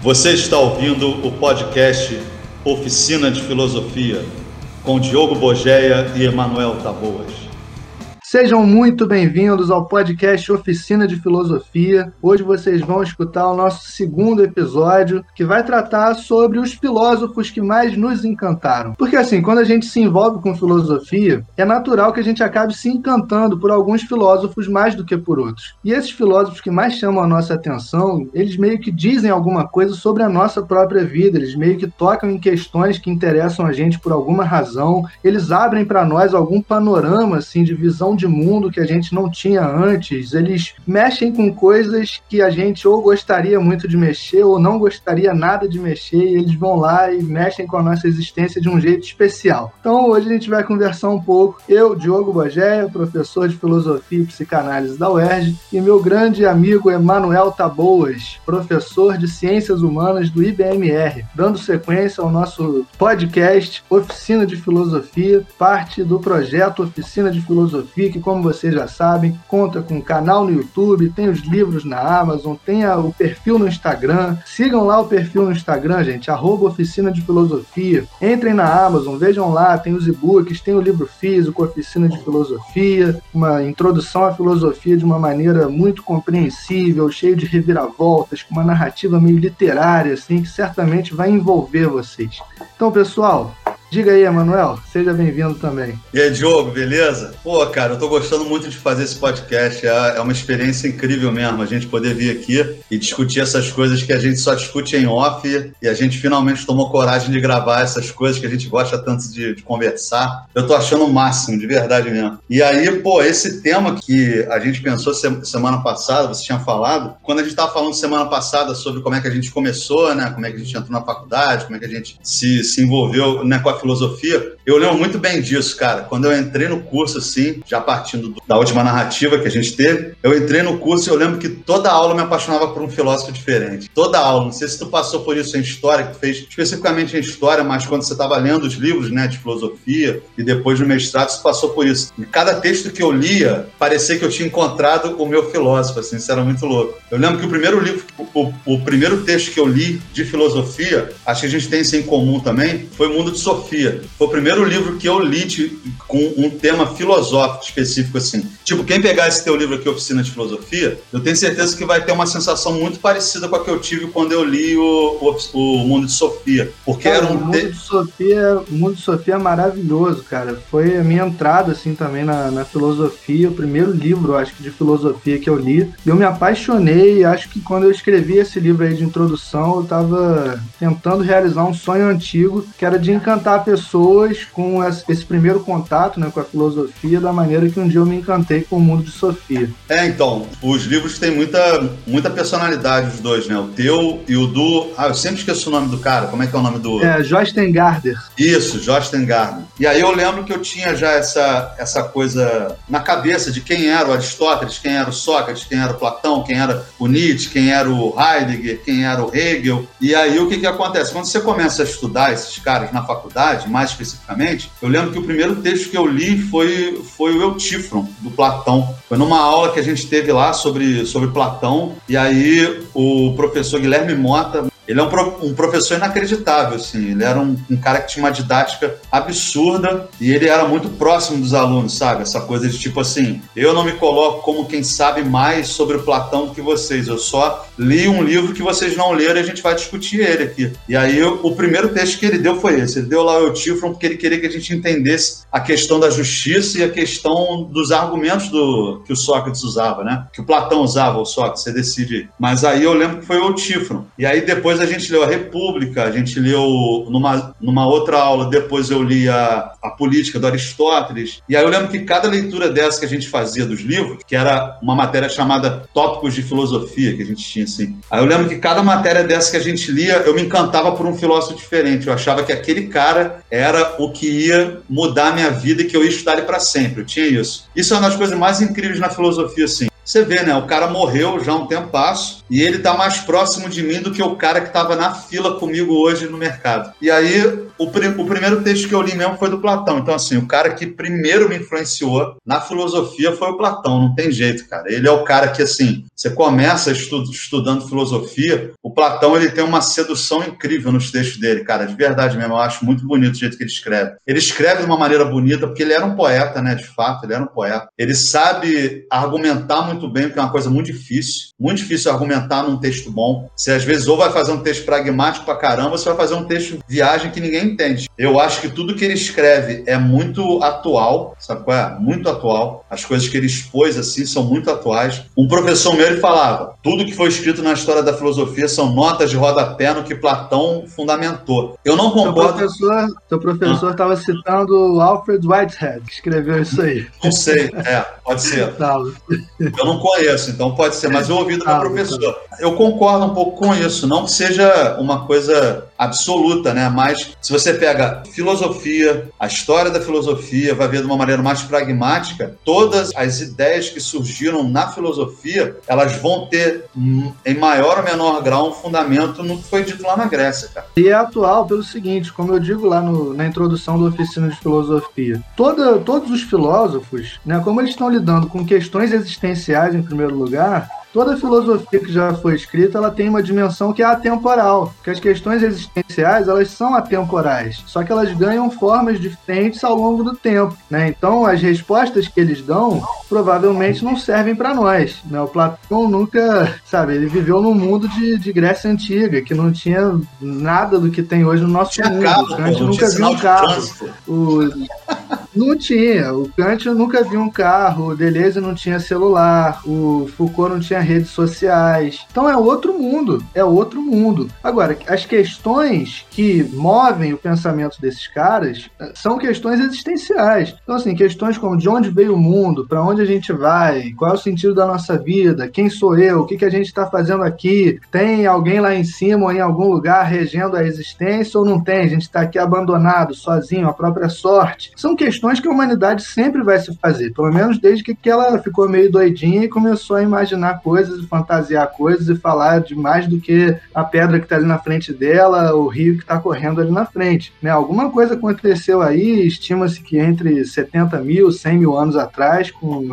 Você está ouvindo o podcast Oficina de Filosofia, com Diogo Bogeia e Emanuel Taboas. Sejam muito bem-vindos ao podcast Oficina de Filosofia. Hoje vocês vão escutar o nosso segundo episódio, que vai tratar sobre os filósofos que mais nos encantaram. Porque assim, quando a gente se envolve com filosofia, é natural que a gente acabe se encantando por alguns filósofos mais do que por outros. E esses filósofos que mais chamam a nossa atenção, eles meio que dizem alguma coisa sobre a nossa própria vida, eles meio que tocam em questões que interessam a gente por alguma razão, eles abrem para nós algum panorama assim, de visão de mundo que a gente não tinha antes, eles mexem com coisas que a gente ou gostaria muito de mexer ou não gostaria nada de mexer, e eles vão lá e mexem com a nossa existência de um jeito especial. Então hoje a gente vai conversar um pouco, eu, Diogo Bogeia, professor de Filosofia e Psicanálise da UERJ, e meu grande amigo Emanuel Taboas, professor de Ciências Humanas do IBMR, dando sequência ao nosso podcast Oficina de Filosofia, parte do projeto Oficina de Filosofia, que, como vocês já sabem, conta com um canal no YouTube, tem os livros na Amazon, tem o perfil no Instagram. Sigam lá o perfil no Instagram, gente, @Oficina de Filosofia. Entrem na Amazon, vejam lá, tem os e-books, tem o livro físico, Oficina de Filosofia, uma introdução à filosofia de uma maneira muito compreensível, cheio de reviravoltas, com uma narrativa meio literária, assim, que certamente vai envolver vocês. Então, pessoal, diga aí, Emanuel, seja bem-vindo também. E aí, Diogo, beleza? Pô, cara, eu tô gostando muito de fazer esse podcast, é uma experiência incrível mesmo, a gente poder vir aqui e discutir essas coisas que a gente só discute em off, e a gente finalmente tomou coragem de gravar essas coisas que a gente gosta tanto de conversar. Eu tô achando o máximo, de verdade mesmo. E aí, pô, esse tema que a gente pensou semana passada, você tinha falado, quando a gente tava falando semana passada sobre como é que a gente começou, né, como é que a gente entrou na faculdade, como é que a gente se envolveu, né, com a filosofia, eu lembro muito bem disso, cara. Quando eu entrei no curso, assim, já partindo da última narrativa que a gente teve, eu entrei no curso e eu lembro que toda aula eu me apaixonava por um filósofo diferente. Toda aula. Não sei se tu passou por isso em história, que tu fez especificamente em história, mas quando você estava lendo os livros, né, de filosofia, e depois do mestrado, você passou por isso. E cada texto que eu lia, parecia que eu tinha encontrado o meu filósofo, assim, isso era muito louco. Eu lembro que o primeiro livro, o primeiro texto que eu li de filosofia, acho que a gente tem isso em comum também, foi O Mundo de Sofia. Foi o primeiro livro que eu li com um tema filosófico específico, assim. Tipo, quem pegar esse teu livro aqui, Oficina de Filosofia, eu tenho certeza que vai ter uma sensação muito parecida com a que eu tive quando eu li o Mundo de Sofia. Porque cara, era o Mundo de Sofia é maravilhoso, cara. Foi a minha entrada, assim, também na filosofia, o primeiro livro, acho que, de filosofia que eu li. E eu me apaixonei, acho que quando eu escrevi esse livro aí de introdução, eu estava tentando realizar um sonho antigo, que era de encantar pessoas com esse primeiro contato, né, com a filosofia, da maneira que um dia eu me encantei com o Mundo de Sofia. Então, os livros têm muita personalidade, os dois, né? O teu e o do... eu sempre esqueço o nome do cara. Como é que é o nome do... Jostein Gaarder. Isso, Jostein Gaarder. E aí eu lembro que eu tinha já essa coisa na cabeça de quem era o Aristóteles, quem era o Sócrates, quem era o Platão, quem era o Nietzsche, quem era o Heidegger, quem era o Hegel. E aí o que acontece? Quando você começa a estudar esses caras na faculdade, mais especificamente, eu lembro que o primeiro texto que eu li foi o Eutífron, do Platão. Foi numa aula que a gente teve lá sobre Platão, e aí o professor Guilherme Mota, ele é um professor inacreditável, assim. Ele era um cara que tinha uma didática absurda e ele era muito próximo dos alunos, sabe? Essa coisa de tipo assim, eu não me coloco como quem sabe mais sobre o Platão do que vocês, eu só li um livro que vocês não leram e a gente vai discutir ele aqui. E aí o primeiro texto que ele deu foi esse, ele deu lá o Eutífron porque ele queria que a gente entendesse a questão da justiça e a questão dos argumentos que o Sócrates usava, né? Que o Platão usava, o Sócrates, você decide. Mas aí eu lembro que foi o Eutífron. E aí depois a gente leu a República, a gente leu numa outra aula, depois eu li a Política do Aristóteles, e aí eu lembro que cada leitura dessa que a gente fazia dos livros, que era uma matéria chamada Tópicos de Filosofia, que a gente tinha assim, aí eu lembro que cada matéria dessa que a gente lia, eu me encantava por um filósofo diferente, eu achava que aquele cara era o que ia mudar a minha vida e que eu ia estudar ele para sempre, eu tinha isso. Isso é uma das coisas mais incríveis na filosofia, assim. você vê, né? O cara morreu já há um tempasso e ele tá mais próximo de mim do que o cara que estava na fila comigo hoje no mercado. E aí, o primeiro texto que eu li mesmo foi do Platão. Então, assim, o cara que primeiro me influenciou na filosofia foi o Platão, não tem jeito, cara. Ele é o cara que, assim, você começa estudando filosofia, o Platão, ele tem uma sedução incrível nos textos dele, cara, de verdade mesmo, eu acho muito bonito o jeito que ele escreve. Ele escreve de uma maneira bonita, porque ele era um poeta, né, de fato, ele era um poeta. Ele sabe argumentar muito bem, porque é uma coisa muito difícil argumentar num texto bom. Você, às vezes, ou vai fazer um texto pragmático pra caramba, ou você vai fazer um texto viagem que ninguém entende. Eu acho que tudo que ele escreve é muito atual, sabe qual é? Muito atual. As coisas que ele expôs, assim, são muito atuais. Um professor meu, ele falava, tudo que foi escrito na história da filosofia são notas de rodapé no que Platão fundamentou. Eu não concordo... Seu professor estava citando Alfred Whitehead, que escreveu isso aí. Não sei, pode ser. Eu não conheço, então pode ser, mas eu ouvi do meu professor. Eu concordo um pouco com isso, não que seja uma coisa absoluta, né? Mas se você pega filosofia, a história da filosofia, vai ver de uma maneira mais pragmática, todas as ideias que surgiram na filosofia, elas vão ter, em maior ou menor grau, um fundamento no que foi dito lá na Grécia, cara. E é atual pelo seguinte, como eu digo lá na introdução da oficina de filosofia, todos os filósofos, né, como eles estão lidando com questões existenciais em primeiro lugar, toda filosofia que já foi escrita, ela tem uma dimensão que é atemporal, porque as questões existenciais, elas são atemporais, só que elas ganham formas diferentes ao longo do tempo, né? Então, as respostas que eles dão, provavelmente não servem para nós, né? O Platão nunca, ele viveu num mundo de Grécia Antiga, que não tinha nada do que tem hoje no nosso mundo. Carro, o Kant nunca viu um carro. Não tinha. O Kant nunca viu um carro, o Deleuze não tinha celular, o Foucault não tinha redes sociais. Então é outro mundo. Agora, as questões que movem o pensamento desses caras são questões existenciais. Então, assim, questões como de onde veio o mundo, para onde a gente vai, qual é o sentido da nossa vida, quem sou eu, o que a gente está fazendo aqui, tem alguém lá em cima ou em algum lugar regendo a existência ou não tem? A gente está aqui abandonado, sozinho, a própria sorte. São questões que a humanidade sempre vai se fazer, pelo menos desde que ela ficou meio doidinha e começou a imaginar coisas, fantasiar coisas e falar de mais do que a pedra que está ali na frente dela, o rio que está correndo ali na frente, né? Alguma coisa aconteceu aí, estima-se que entre 70 mil, 100 mil anos atrás, com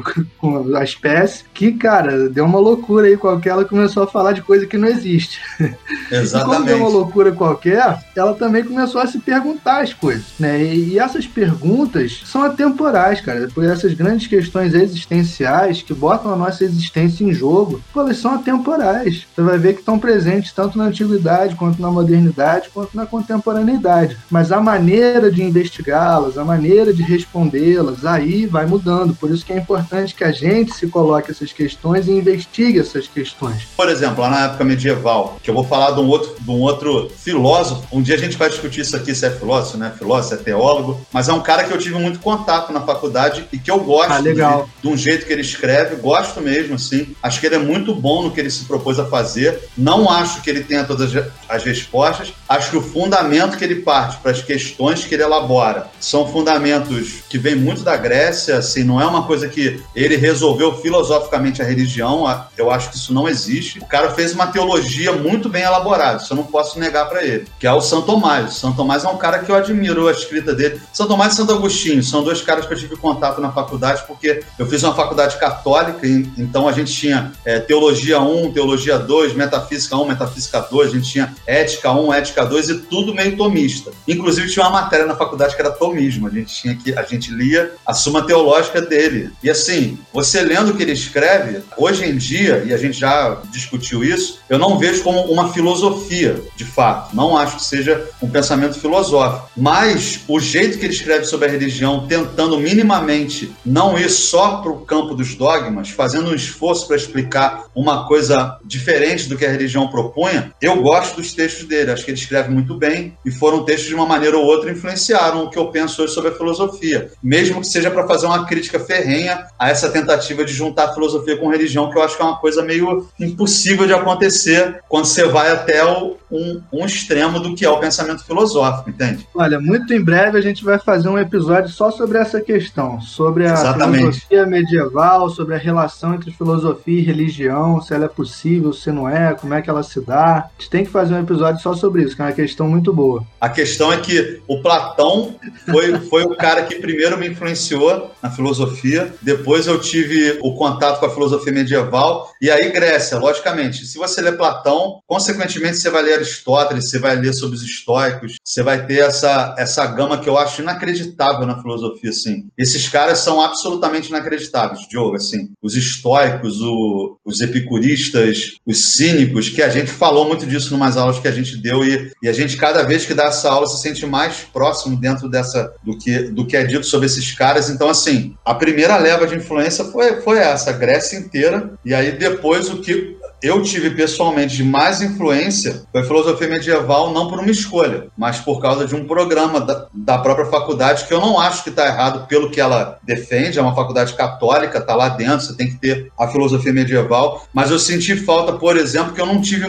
a espécie, que, cara, deu uma loucura aí qualquer, ela começou a falar de coisa que não existe. Exatamente. E como deu uma loucura qualquer, ela também começou a se perguntar as coisas, né? E essas perguntas são atemporais, cara. Por essas grandes questões existenciais que botam a nossa existência em jogo, elas são atemporais. Você vai ver que estão presentes tanto na antiguidade, quanto na modernidade, quanto na contemporaneidade. Mas a maneira de investigá-las, a maneira de respondê-las, aí vai mudando. Por isso que é importante que a gente se coloque essas questões e investigue essas questões. Por exemplo, lá na época medieval, que eu vou falar de um outro filósofo, um dia a gente vai discutir isso aqui, se é filósofo, né? Filósofo, é teólogo, mas é um cara que eu tive muito contato na faculdade e que eu gosto de um jeito que ele escreve, gosto mesmo, assim. Acho que ele é muito bom no que ele se propôs a fazer. Não acho que ele tenha todas as respostas. Acho que o fundamento que ele parte para as questões que ele elabora são fundamentos que vêm muito da Grécia, assim, não é uma coisa que ele resolveu filosoficamente a religião. Eu acho que isso não existe. O cara fez uma teologia muito bem elaborada, isso eu não posso negar para ele, que é o Santo Tomás. O Santo Tomás é um cara que eu admiro a escrita dele. Santo Tomás e Santo Agostinho são dois caras que eu tive contato na faculdade, porque eu fiz uma faculdade católica, então a gente tinha teologia 1, teologia 2, metafísica 1, metafísica 2, a gente tinha ética 1, ética 2 e tudo meio tomista. Inclusive tinha uma matéria na faculdade que era tomismo, a gente lia a Suma Teológica dele. E assim, você lendo o que ele escreve, hoje em dia, e a gente já discutiu isso, eu não vejo como uma filosofia, de fato. Não acho que seja um pensamento filosófico. Mas o jeito que ele escreve sobre a religião, tentando minimamente não ir só para o campo dos dogmas, fazendo um esforço para explicar uma coisa diferente do que a religião propunha, eu gosto dos textos dele. Acho que ele escreve muito bem e foram textos de uma maneira ou outra influenciaram o que eu penso hoje sobre a filosofia. Mesmo que seja para fazer uma crítica ferrenha a essa tentativa de juntar a filosofia com religião, que eu acho que é uma coisa meio impossível de acontecer quando você vai até o um extremo do que é o pensamento filosófico, entende? Olha, muito em breve a gente vai fazer um episódio só sobre essa questão, sobre a Exatamente. filosofia medieval, sobre a relação entre filosofia e religião, se ela é possível, se não é, como é que ela se dá. A gente tem que fazer um episódio só sobre isso, que é uma questão muito boa. A questão é que o Platão foi o cara que primeiro me influenciou na filosofia, depois eu tive o contato com a filosofia medieval, e aí Grécia, logicamente. Se você lê Platão, consequentemente você vai ler Aristóteles, você vai ler sobre os estoicos, você vai ter essa gama que eu acho inacreditável na filosofia, assim. Esses caras são absolutamente inacreditáveis, Diogo, assim. Os estoicos, os epicuristas, os cínicos, que a gente falou muito disso em umas aulas que a gente deu, e a gente, cada vez que dá essa aula, se sente mais próximo dentro do que é dito sobre esses caras. Então, assim, a primeira leva de influência foi essa, a Grécia inteira, e aí depois o que eu tive pessoalmente de mais influência foi a filosofia medieval, não por uma escolha, mas por causa de um programa da própria faculdade, que eu não acho que está errado pelo que ela defende. É uma faculdade católica, está lá dentro, você tem que ter a filosofia medieval, mas eu senti falta, por exemplo, que eu não tive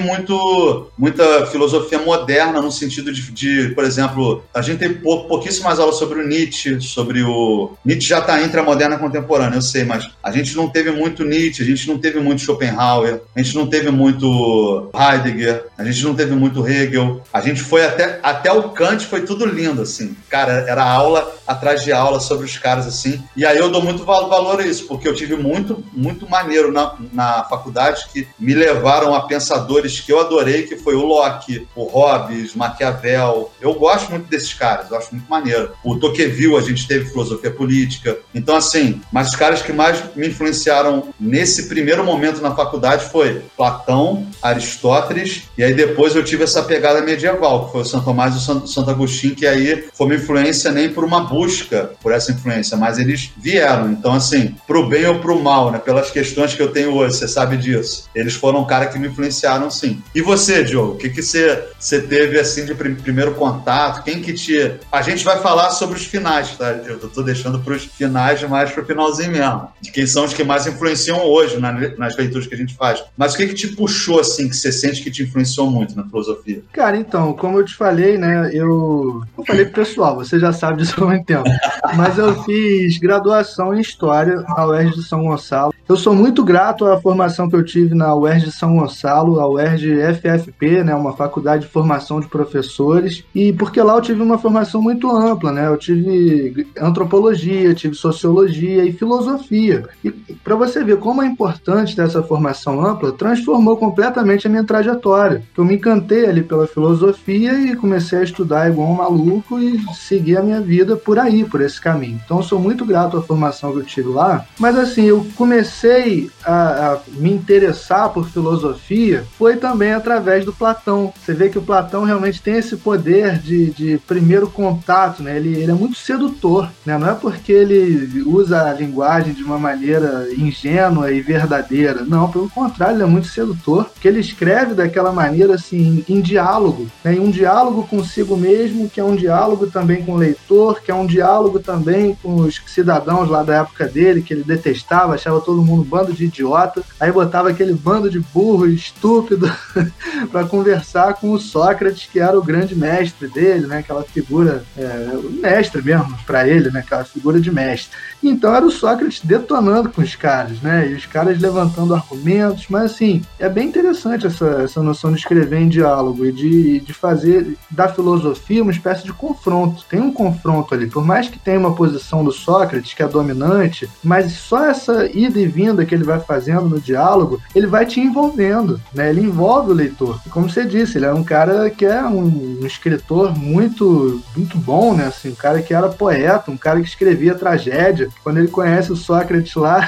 muita filosofia moderna, no sentido de por exemplo, a gente tem pouquíssimas aulas sobre o Nietzsche, Nietzsche já está entre a moderna e a contemporânea, eu sei, mas a gente não teve muito Nietzsche, a gente não teve muito Schopenhauer, a gente não teve muito Heidegger, a gente não teve muito Hegel, a gente foi até o Kant, foi tudo lindo, assim. Cara, era aula atrás de aula sobre os caras, assim, e aí eu dou muito valor a isso, porque eu tive muito, muito maneiro na faculdade que me levaram a pensadores que eu adorei, que foi o Locke, o Hobbes, Maquiavel. Eu gosto muito desses caras, eu acho muito maneiro. O Tocqueville, a gente teve filosofia política. Então, assim, mas os caras que mais me influenciaram nesse primeiro momento na faculdade foi Platão, Aristóteles, e aí depois eu tive essa pegada medieval, que foi o Santo Tomás e o Santo Agostinho, que aí foi uma influência nem por uma busca por essa influência, mas eles vieram. Então, assim, pro bem ou pro mal, né? Pelas questões que eu tenho hoje, você sabe disso. Eles foram um cara que me influenciaram, sim. E você, Diogo? O que você teve, assim, de primeiro contato? Quem que te... A gente vai falar sobre os finais, tá? Eu tô deixando pros finais, mais pro finalzinho mesmo. De quem são os que mais influenciam hoje nas leituras que a gente faz. Mas o que te puxou, assim, que você sente que te influenciou muito na filosofia? Cara, então, como eu te falei, né, eu falei pro pessoal, você já sabe disso há muito tempo, mas eu fiz graduação em História na UERJ de São Gonçalo. Eu sou muito grato à formação que eu tive na UERJ de São Gonçalo, a UERJ FFP, né, uma faculdade de formação de professores, e porque lá eu tive uma formação muito ampla, né, eu tive antropologia, tive sociologia e filosofia. E para você ver como é importante dessa formação ampla, transformou completamente a minha trajetória. Eu me encantei ali pela filosofia e comecei a estudar igual um maluco e seguir a minha vida por aí, por esse caminho. Então eu sou muito grato à formação que eu tive lá, mas assim, eu comecei a me interessar por filosofia foi também através do Platão. Você vê que o Platão realmente tem esse poder de primeiro contato, né? Ele é muito sedutor, né? Não é porque ele usa a linguagem de uma maneira ingênua e verdadeira, não, pelo contrário, ele é muito sedutor, porque ele escreve daquela maneira assim, em diálogo, né? Em um diálogo consigo mesmo, que é um diálogo também com o leitor, que é um diálogo também com os cidadãos lá da época dele, que ele detestava, achava todo mundo um bando de idiota, aí botava aquele bando de burro estúpido para conversar com o Sócrates, que era o grande mestre dele, né? Aquela figura, mestre mesmo para ele, né? Aquela figura de mestre. Então era o Sócrates detonando com os caras, né? E os caras levantando argumentos, mas assim, é bem interessante essa noção de escrever em diálogo e de fazer da filosofia uma espécie de confronto. Tem um confronto ali, por mais que tenha uma posição do Sócrates que é dominante, mas só essa ida e vinda que ele vai fazendo no diálogo, ele vai te envolvendo, né? Ele envolve o leitor. E como você disse, ele é um cara que é um escritor muito, muito bom, né? Assim, um cara que era poeta, um cara que escrevia tragédia. Quando ele conhece o Sócrates lá,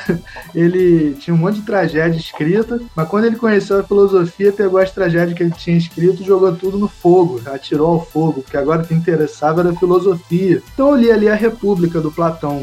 ele tinha um monte de tragédia escrita, mas quando ele conheceu a filosofia, pegou as tragédias que ele tinha escrito e jogou tudo no fogo, atirou ao fogo, porque agora o que interessava era a filosofia. Então eu li ali a República do Platão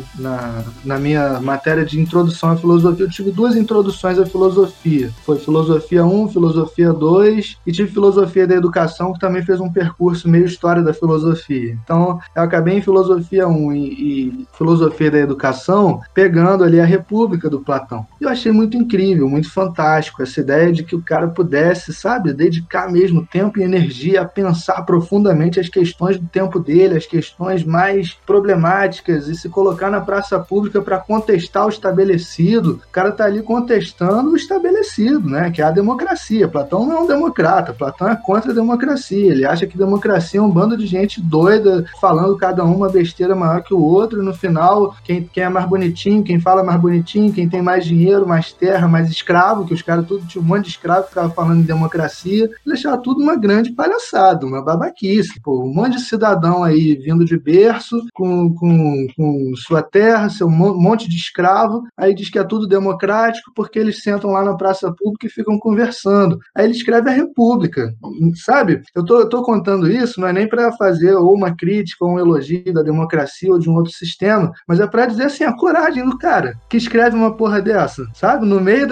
na minha matéria de introdução à filosofia. Eu tive 2 introduções à filosofia. Foi Filosofia 1, Filosofia 2 e tive Filosofia da Educação, que também fez um percurso meio História da Filosofia. Então eu acabei em Filosofia 1 e Filosofia da Educação, pegando ali a República do Platão. Eu achei muito incrível, muito fantástico essa ideia de que o cara pudesse, sabe, dedicar mesmo tempo e energia a pensar profundamente as questões do tempo dele, as questões mais problemáticas, e se colocar na praça pública para contestar o estabelecido. O cara está ali contestando o estabelecido, né, que é a democracia. Platão não é um democrata, Platão é contra a democracia. Ele acha que democracia é um bando de gente doida, falando cada uma besteira maior que o outro, e no final, quem é mais bonitinho, quem fala mais bonitinho, quem tem mais dinheiro, mais terra, mais escravo, que os caras tudo tinham um monte de escravo que ficava falando em democracia, deixava tudo uma grande palhaçada, uma babaquice. Pô, um monte de cidadão aí vindo de berço, com sua terra, seu monte de escravo, aí diz que é tudo democrático porque eles sentam lá na praça pública e ficam conversando. Aí ele escreve a República, sabe? Eu tô contando isso, não é nem para fazer ou uma crítica ou um elogio da democracia ou de um outro sistema, mas é para dizer assim, a coragem do cara que escreve uma porra dessa, sabe? No meio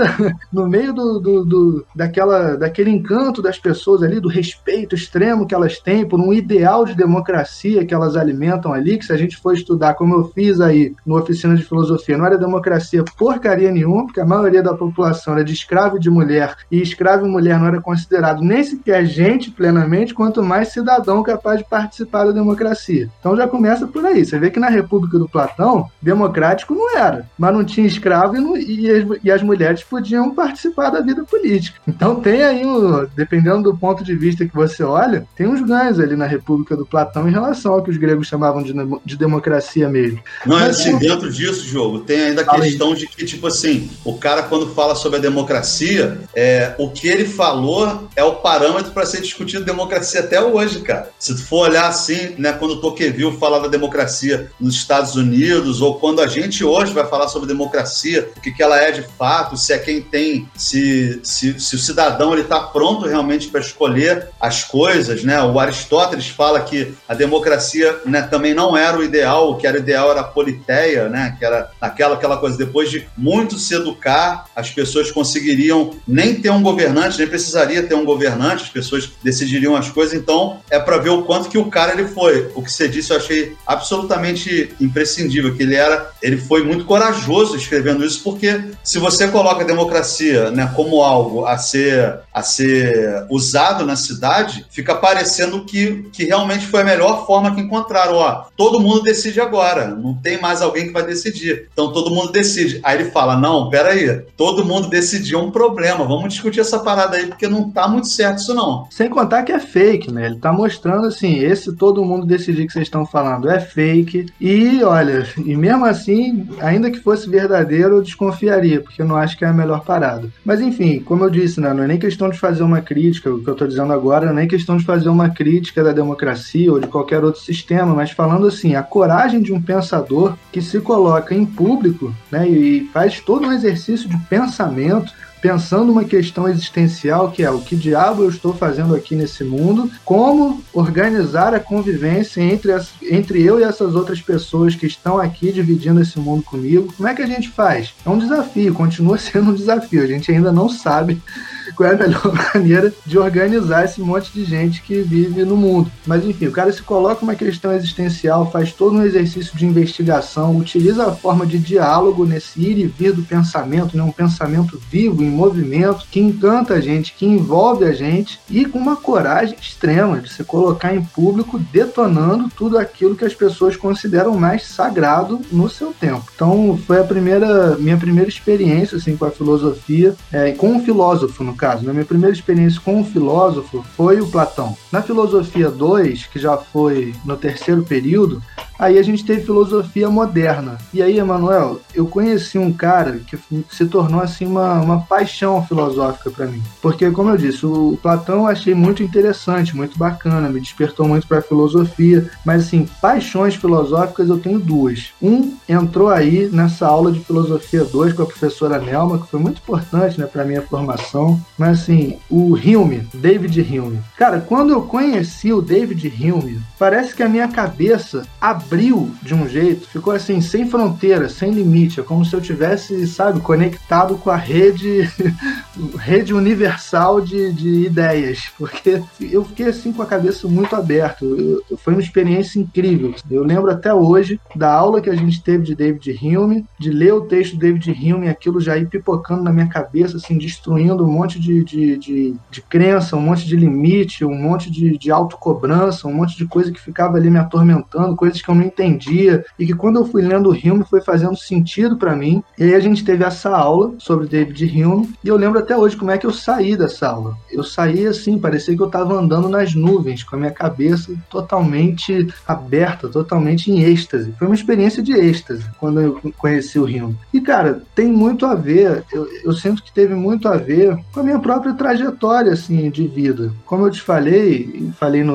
daquele encanto das pessoas ali, do respeito extremo que elas têm por um ideal de democracia que elas alimentam ali, que se a gente for estudar, como eu fiz aí no Oficina de Filosofia, não era democracia porcaria nenhuma, porque a maioria da população era de escravo e de mulher, e escravo e mulher não era considerado nem sequer gente plenamente, quanto mais cidadão capaz de participar da democracia. Então já começa por aí. Você vê que na República do Platão, democrático não era, mas não tinha escravo e as mulheres podiam participar da vida política. Então tem aí, dependendo do ponto de vista que você olha, tem uns ganhos ali na República do Platão em relação ao que os gregos chamavam de democracia mesmo. Não, mas, assim, dentro disso, Diogo, tem ainda a questão de que, tipo assim, o cara quando fala sobre a democracia, o que ele falou é o parâmetro para ser discutido democracia até hoje, cara. Se tu for olhar assim, né, quando o Tocqueville fala da democracia nos Estados Unidos, ou quando a gente hoje vai falar sobre democracia, o que ela é de fato, se é quem tem, se o cidadão ele está pronto realmente para escolher as coisas, né? O Aristóteles fala que a democracia, né, também não era o ideal, o que era ideal era a politeia, né? Que era aquela coisa, depois de muito se educar, as pessoas conseguiriam nem ter um governante, nem precisaria ter um governante, as pessoas decidiriam as coisas. Então é para ver o quanto que o cara ele foi. O que você disse eu achei absolutamente imprescindível, que ele foi muito corajoso escrevendo isso, porque se você coloca a democracia, né, como algo a ser usado na cidade, fica parecendo que realmente foi a melhor forma que encontraram. Ó, todo mundo decide agora, não tem mais alguém que vai decidir. Então todo mundo decide. Aí ele fala, não, peraí, todo mundo decidiu um problema, vamos discutir essa parada aí, porque não tá muito certo isso não. Sem contar que é fake, né? Ele tá mostrando assim, esse todo mundo decidir que vocês estão falando é fake, e olha, e mesmo assim, ainda que fosse verdadeiro, eu desconfiaria, porque eu não acho que é a melhor parada. Mas enfim, como eu disse, né, não é nem questão de fazer uma crítica, o que eu tô dizendo agora não é nem questão de fazer uma crítica da democracia ou de qualquer outro sistema, mas falando assim, a coragem de um pensador que se coloca em público, né, e faz todo um exercício de pensamento, pensando uma questão existencial, que é o que diabo eu estou fazendo aqui nesse mundo, como organizar a convivência entre eu e essas outras pessoas que estão aqui dividindo esse mundo comigo. Como é que a gente faz? É um desafio, continua sendo um desafio, a gente ainda não sabe qual é a melhor maneira de organizar esse monte de gente que vive no mundo. Mas enfim, o cara se coloca uma questão existencial, faz todo um exercício de investigação, utiliza a forma de diálogo nesse ir e vir do pensamento, né? Um pensamento vivo, em movimento, que encanta a gente, que envolve a gente, e com uma coragem extrema de se colocar em público detonando tudo aquilo que as pessoas consideram mais sagrado no seu tempo. Então foi minha primeira experiência assim, com a filosofia, com um filósofo, no caso. Minha primeira experiência com um filósofo foi o Platão. Na filosofia 2, que já foi no terceiro período, aí a gente teve filosofia moderna. E aí, Emanuel, eu conheci um cara que se tornou assim uma paixão filosófica para mim. Porque, como eu disse, o Platão eu achei muito interessante, muito bacana, me despertou muito para a filosofia, mas assim, paixões filosóficas eu tenho duas. Um entrou aí nessa aula de filosofia 2 com a professora Nelma, que foi muito importante, né, para minha formação, mas assim, o Hume, David Hume. Cara, quando eu conheci o David Hume, parece que a minha cabeça abriu abriu de um jeito, ficou assim, sem fronteira, sem limite. É como se eu tivesse, sabe, conectado com a rede universal de ideias, porque eu fiquei assim com a cabeça muito aberta. Foi uma experiência incrível. Eu lembro até hoje da aula que a gente teve de David Hume, de ler o texto do David Hume, aquilo já ir pipocando na minha cabeça, assim, destruindo um monte de crença, um monte de limite, um monte de autocobrança, um monte de coisa que ficava ali me atormentando, coisas que eu não entendia, e que quando eu fui lendo o Hume foi fazendo sentido para mim. E aí a gente teve essa aula sobre David Hume, e eu lembro até hoje como é que eu saí dessa aula. Eu saí assim, parecia que eu estava andando nas nuvens, com a minha cabeça totalmente aberta, totalmente em êxtase. Foi uma experiência de êxtase quando eu conheci o Hume. E, cara, tem muito a ver, eu sinto que teve muito a ver com a minha própria trajetória, assim, de vida. Como eu te falei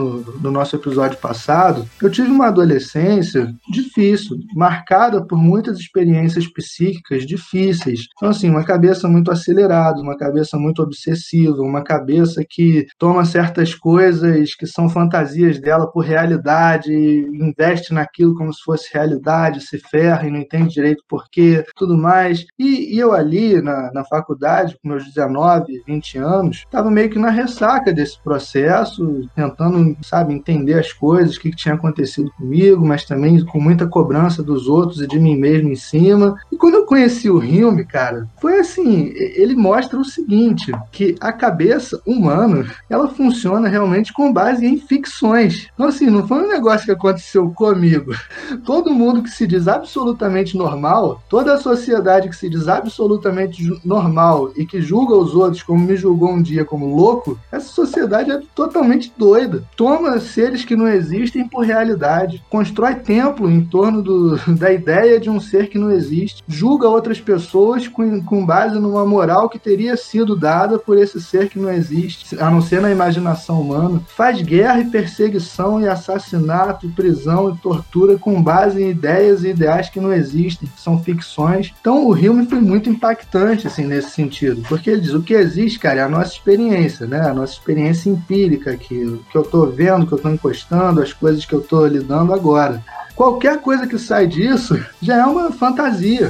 no nosso episódio passado, eu tive uma adolescência difícil, marcada por muitas experiências psíquicas difíceis. Então, assim, uma cabeça muito acelerada, uma cabeça muito obsessiva, uma cabeça que toma certas coisas que são fantasias dela por realidade, investe naquilo como se fosse realidade, se ferra e não entende direito por quê, tudo mais. E eu ali na faculdade, com meus 19, 20 anos, estava meio que na ressaca desse processo, tentando, sabe, entender as coisas, o que tinha acontecido comigo, mas também com muita cobrança dos outros e de mim mesmo em cima. E quando eu conheci o Hume, cara, foi assim, ele mostra o seguinte, que a cabeça humana, ela funciona realmente com base em ficções. Então, assim, não foi um negócio que aconteceu comigo. Todo mundo que se diz absolutamente normal, toda a sociedade que se diz absolutamente normal e que julga os outros como me julgou um dia como louco, essa sociedade é totalmente doida. Toma seres que não existem por realidade, constrói templo em torno da ideia de um ser que não existe, julga outras pessoas com base numa moral que teria sido dada por esse ser que não existe, a não ser na imaginação humana, faz guerra e perseguição e assassinato, e prisão e tortura com base em ideias e ideais que não existem, são ficções. Então o Hume foi muito impactante assim, nesse sentido, porque ele diz, o que existe, cara, é a nossa experiência, né? A nossa experiência empírica aqui, o que eu estou vendo, o que eu estou encostando, as coisas que eu estou lidando agora. Qualquer coisa que sai disso já é uma fantasia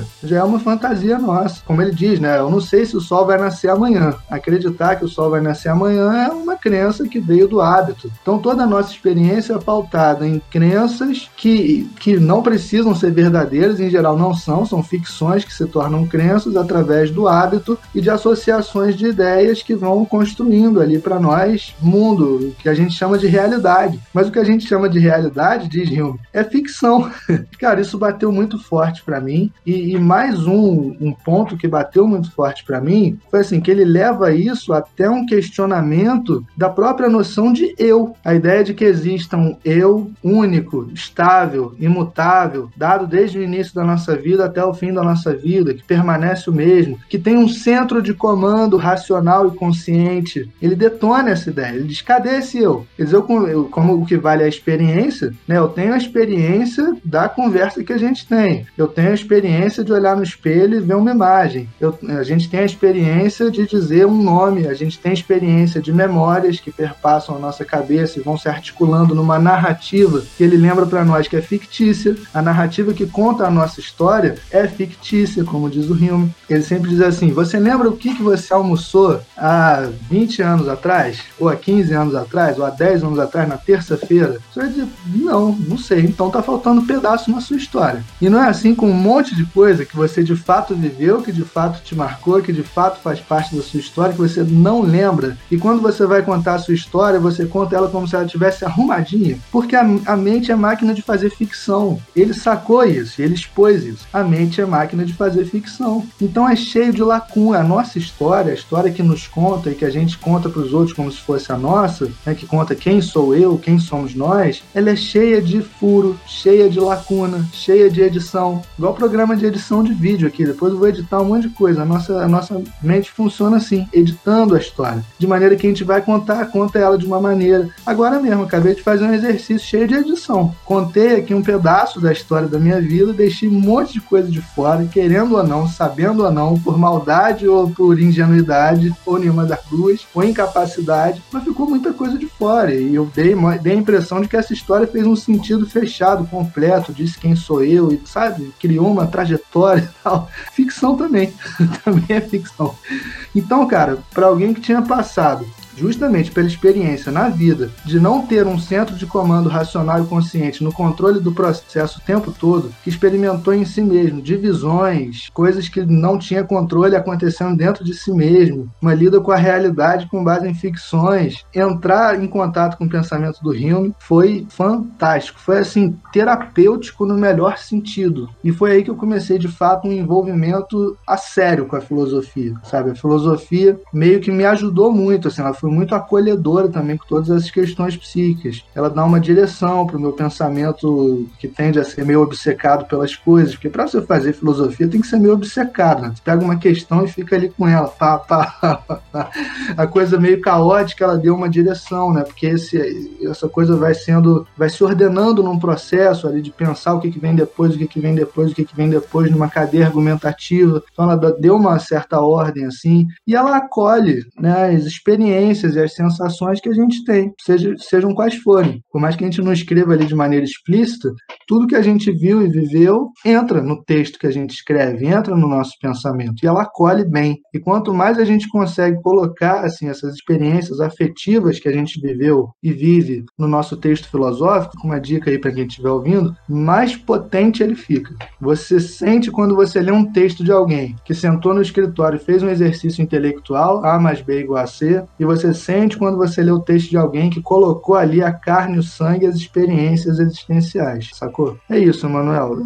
nossa. Como ele diz, né? Eu não sei se o sol vai nascer amanhã. Acreditar que o sol vai nascer amanhã é uma crença que veio do hábito. Então toda a nossa experiência é pautada em crenças que não precisam ser verdadeiras, em geral não são ficções que se tornam crenças através do hábito e de associações de ideias que vão construindo ali para nós mundo, que a gente chama de realidade. Mas o que a gente chama de realidade, diz Hume, é ficção. Cara, isso bateu muito forte para mim. E mais um ponto que bateu muito forte para mim foi assim, que ele leva isso até um questionamento da própria noção de eu. A ideia de que exista um eu único, estável, imutável, dado desde o início da nossa vida até o fim da nossa vida, que permanece o mesmo, que tem um centro de comando racional e consciente. Ele detona essa ideia. Ele diz, cadê esse eu? Quer dizer, como o que vale é a experiência, né? Eu tenho a experiência da conversa que a gente tem. Eu tenho a experiência de olhar no espelho e ver uma imagem. A gente tem a experiência de dizer um nome. A gente tem a experiência de memórias que perpassam a nossa cabeça e vão se articulando numa narrativa que ele lembra para nós que é fictícia. A narrativa que conta a nossa história é fictícia, como diz o Hume. Ele sempre diz assim, você lembra o que você almoçou há 20 anos atrás? Ou há 15 anos atrás? Ou há 10 anos atrás, na terça-feira? Você vai dizer, não sei. Então tá faltando pedaço na sua história. E não é assim com um monte de coisa que você de fato viveu, que de fato te marcou, que de fato faz parte da sua história, que você não lembra. E quando você vai contar a sua história, você conta ela como se ela tivesse arrumadinha. Porque a mente é máquina de fazer ficção. Ele sacou isso, ele expôs isso. A mente é máquina de fazer ficção. Então é cheio de lacuna. A nossa história, a história que nos conta e que a gente conta para os outros como se fosse a nossa, né, que conta quem sou eu, quem somos nós, ela é cheia de furo, cheia de lacuna, cheia de edição. Igual programa de edição de vídeo aqui. Depois eu vou editar um monte de coisa. A nossa mente funciona assim, editando a história. De maneira que a gente vai conta ela de uma maneira. Agora mesmo, acabei de fazer um exercício cheio de edição. Contei aqui um pedaço da história da minha vida, deixei um monte de coisa de fora, querendo ou não, sabendo ou não, por maldade ou por ingenuidade, ou nenhuma das duas, ou incapacidade, mas ficou muita coisa de fora. E eu dei a impressão de que essa história fez um sentido fechado completo, disse quem sou eu, e sabe, criou uma trajetória e tal. Ficção também, também é ficção. Então, cara, para alguém que tinha passado justamente pela experiência na vida de não ter um centro de comando racional e consciente no controle do processo o tempo todo, que experimentou em si mesmo divisões, coisas que não tinha controle acontecendo dentro de si mesmo, uma lida com a realidade com base em ficções, entrar em contato com o pensamento do Hume foi fantástico, foi assim, terapêutico no melhor sentido. E foi aí que eu comecei de fato um envolvimento a sério com a filosofia, sabe? A filosofia meio que me ajudou muito, assim, ela foi muito acolhedora também com todas essas questões psíquicas. Ela dá uma direção para o meu pensamento que tende a ser meio obcecado pelas coisas, porque para você fazer filosofia tem que ser meio obcecado, né? Você pega uma questão e fica ali com ela, pá, pá, pá. A coisa meio caótica, ela deu uma direção, né? Porque essa coisa vai se ordenando num processo ali de pensar o que vem depois, o que vem depois, o que vem depois, numa cadeia argumentativa. Então ela deu uma certa ordem, assim, e ela acolhe, né, as experiências e as sensações que a gente tem, sejam quais forem. Por mais que a gente não escreva ali de maneira explícita, tudo que a gente viu e viveu entra no texto que a gente escreve, entra no nosso pensamento, e ela acolhe bem. E quanto mais a gente consegue colocar assim, essas experiências afetivas que a gente viveu e vive no nosso texto filosófico, com uma dica aí para quem estiver ouvindo, mais potente ele fica. Você sente quando você lê um texto de alguém que sentou no escritório e fez um exercício intelectual, A mais B igual a C, e você sente quando você lê o texto de alguém que colocou ali a carne, o sangue e as experiências existenciais, sacou? É isso, Manuel.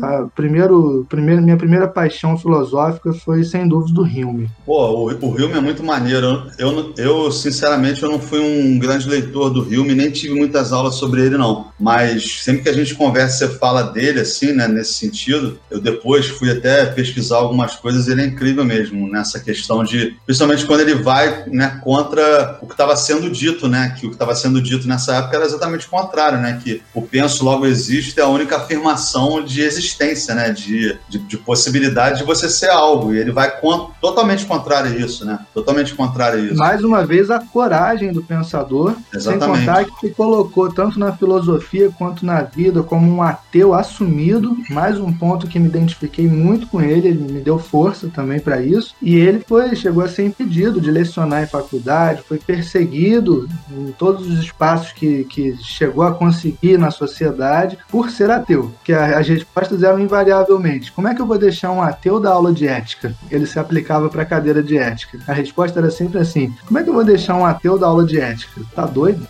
Minha primeira paixão filosófica foi, sem dúvida, do Hume. Pô, o Hume é muito maneiro. Eu, sinceramente, eu não fui um grande leitor do Hume, nem tive muitas aulas sobre ele, não. Mas sempre que a gente conversa, você fala dele, assim, né, nesse sentido. Eu depois fui até pesquisar algumas coisas, ele é incrível mesmo, nessa questão de... Principalmente quando ele vai, né, contra o que estava sendo dito, né? Que o que estava sendo dito nessa época era exatamente o contrário, né? Que o penso logo existe é a única afirmação de existência, né? De possibilidade de você ser algo. E ele vai totalmente contrário a isso, né? Totalmente contrário a isso. Mais uma vez, a coragem do pensador, exatamente. Sem contar que colocou tanto na filosofia quanto na vida como um ateu assumido. Mais um ponto que me identifiquei muito com ele me deu força também para isso. E ele chegou a ser impedido de lecionar em faculdade, foi perseguido em todos os espaços que chegou a conseguir na sociedade por ser ateu, que as respostas eram invariavelmente: como é que eu vou deixar um ateu dar aula de ética? Ele se aplicava para a cadeira de ética. A resposta era sempre assim: como é que eu vou deixar um ateu dar aula de ética? Tá doido?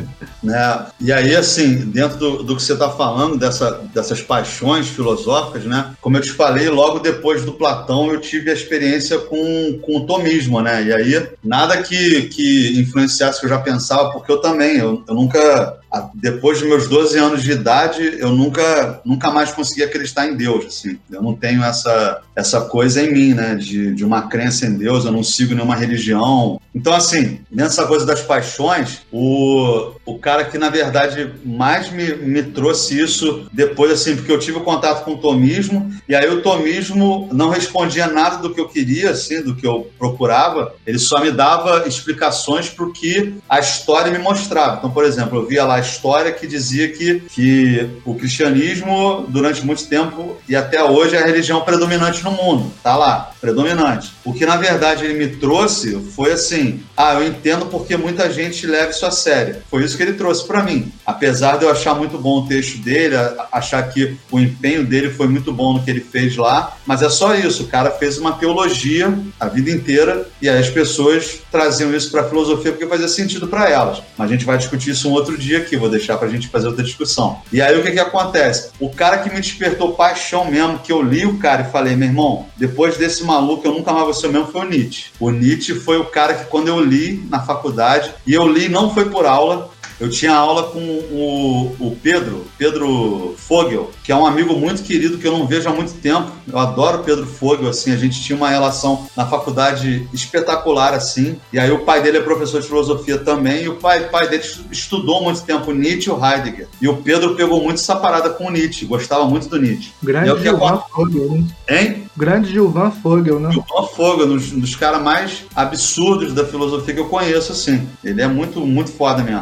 E aí, assim, dentro do que você está falando, dessas paixões filosóficas, né? Como eu te falei, logo depois do Platão, eu tive a experiência com o tomismo, né? E aí, nada que influenciasse o que eu já pensava, porque eu nunca... Depois dos meus 12 anos de idade, eu nunca mais consegui acreditar em Deus, assim. Eu não tenho essa coisa em mim, né? De uma crença em Deus, eu não sigo nenhuma religião. Então, assim, nessa coisa das paixões, o cara que, na verdade, mais me trouxe isso depois, assim, porque eu tive o contato com o tomismo, e aí o tomismo não respondia nada do que eu queria, assim, do que eu procurava, ele só me dava explicações para o que a história me mostrava. Então, por exemplo, eu via lá a história que dizia que o cristianismo, durante muito tempo, e até hoje, é a religião predominante no mundo. Tá lá, predominante. O que, na verdade, ele me trouxe foi assim: eu entendo porque muita gente leva isso a sério. Foi isso que ele trouxe para mim. Apesar de eu achar muito bom o texto dele, achar que o empenho dele foi muito bom no que ele fez lá, mas é só isso. O cara fez uma teologia a vida inteira, e aí as pessoas traziam isso para a filosofia porque fazia sentido para elas. Mas a gente vai discutir isso um outro dia aqui, vou deixar pra gente fazer outra discussão. E aí o que acontece? O cara que me despertou paixão mesmo, que eu li o cara e falei: meu irmão, depois desse maluco eu nunca mais vou ser o mesmo, foi o Nietzsche. O Nietzsche foi o cara que, quando eu li na faculdade, e eu li não foi por aula, eu tinha aula com o Pedro Fogel, que é um amigo muito querido que eu não vejo há muito tempo. Eu adoro o Pedro Fogel, assim, a gente tinha uma relação na faculdade espetacular, assim. E aí o pai dele é professor de filosofia também, e o pai dele estudou muito tempo Nietzsche e o Heidegger. E o Pedro pegou muito essa parada com o Nietzsche, gostava muito do Nietzsche. Grande Gilvan Fogel, né? Hein? Grande Gilvan Fogel, né? Gilvan Fogel, um dos caras mais absurdos da filosofia que eu conheço, assim. Ele é muito, muito foda mesmo. E o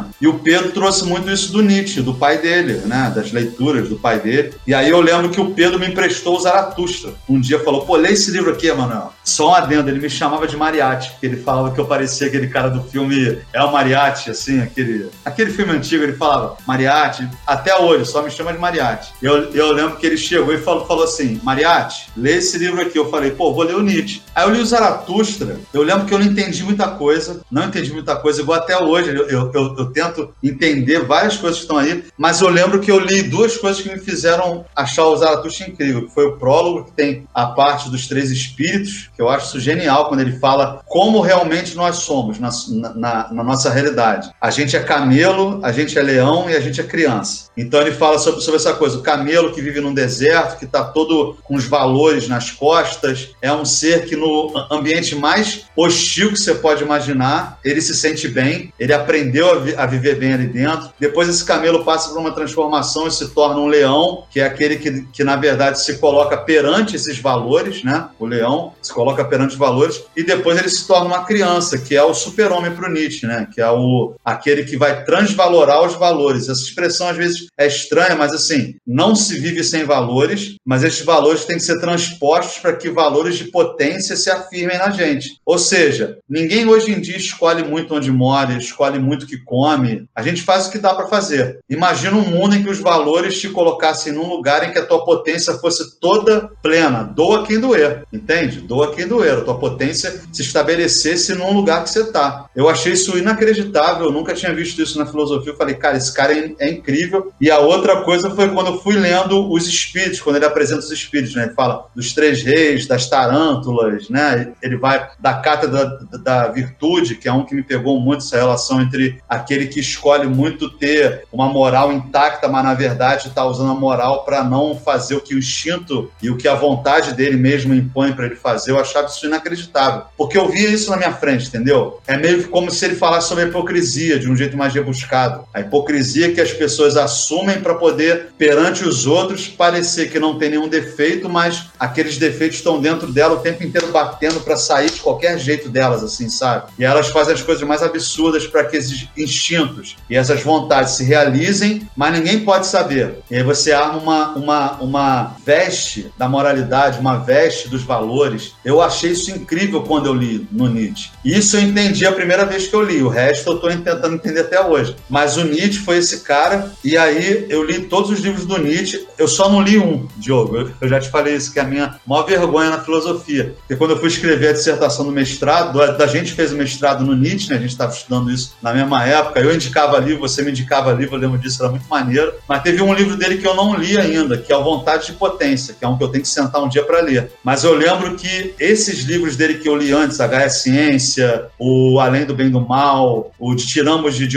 Pedro trouxe muito isso do Nietzsche, do pai dele, né? Das leituras do pai dele. E aí eu lembro que o Pedro me emprestou o Zaratustra. Um dia falou, pô, lê esse livro aqui, Emanuel. Só um adendo, ele me chamava de Mariatti, porque ele falava que eu parecia aquele cara do filme El Mariachi, assim, aquele filme antigo, ele falava Mariatti, até hoje, só me chama de Mariatti. Eu lembro que ele chegou e falou assim, Mariatti, lê esse livro aqui. Eu falei, pô, vou ler o Nietzsche. Aí eu li o Zaratustra, eu lembro que eu não entendi muita coisa, igual até hoje, eu tento entender várias coisas que estão aí, mas eu lembro que eu li duas coisas que me fizeram achar o Zaratustra incrível, que foi o prólogo, que tem a parte dos 3 espíritos, que eu acho isso genial, quando ele fala como realmente nós somos na nossa realidade. A gente é camelo, a gente é leão e a gente é criança. Então ele fala sobre essa coisa, o camelo que vive num deserto, que está todo com os valores nas costas, é um ser que no ambiente mais hostil que você pode imaginar, ele se sente bem, ele aprendeu a viver bem ali dentro. Depois esse camelo passa por uma transformação e se torna um leão, que é aquele que na verdade se coloca perante esses valores, né? O leão se coloca perante os valores, e depois ele se torna uma criança, que é o super-homem para o Nietzsche, né? Que é aquele que vai transvalorar os valores. Essa expressão às vezes é estranha, mas assim, não se vive sem valores, mas esses valores têm que ser transpostos para que valores de potência se afirmem na gente. Ou seja, ninguém hoje em dia escolhe muito onde mora, escolhe muito o que come. A gente faz o que dá para fazer. Imagina um mundo em que os valores te colocassem num lugar em que a tua potência fosse toda plena. Doa quem doer, entende? Doa quem doer. A tua potência se estabelecesse num lugar que você está. Eu achei isso inacreditável, eu nunca tinha visto isso na filosofia. Eu falei, cara, esse cara é incrível. E a outra coisa foi quando eu fui lendo os espíritos, quando ele apresenta os espíritos, né? Ele fala dos 3 reis, das tarântulas, né? Ele vai da cátedra da virtude, que é um que me pegou muito, essa relação entre aquele que escolhe muito ter uma moral intacta, mas na verdade está usando a moral para não fazer o que o instinto e o que a vontade dele mesmo impõe para ele fazer. Eu achava isso inacreditável, porque eu via isso na minha frente, entendeu? É meio que como se ele falasse sobre a hipocrisia de um jeito mais rebuscado. A hipocrisia que as pessoas assumem para poder, perante os outros, parecer que não tem nenhum defeito, mas aqueles defeitos estão dentro dela o tempo inteiro batendo para sair de qualquer jeito delas, assim, sabe? E elas fazem as coisas mais absurdas para que esses instintos e essas vontades se realizem, mas ninguém pode saber. E aí você arma uma veste da moralidade, uma veste dos valores. Eu achei isso incrível quando eu li no Nietzsche. Isso eu entendi a primeira vez que eu li. O resto eu estou tentando entender até hoje. Mas o Nietzsche foi esse cara, e aí eu li todos os livros do Nietzsche. Eu só não li um, Diogo. Eu já te falei isso, que é a minha maior vergonha na filosofia. Porque quando eu fui escrever a dissertação do mestrado, a gente fez o mestrado no Nietzsche, né? A gente estava estudando isso na mesma época. Eu indicava livro, você me indicava livro, eu lembro disso, era muito maneiro. Mas teve um livro dele que eu não li ainda, que é o Vontade de Potência, que é um que eu tenho que sentar um dia para ler. Mas eu lembro que esses livros dele que eu li antes, H é Ciência, o Além do Bem e do Mal, o de Tiramos de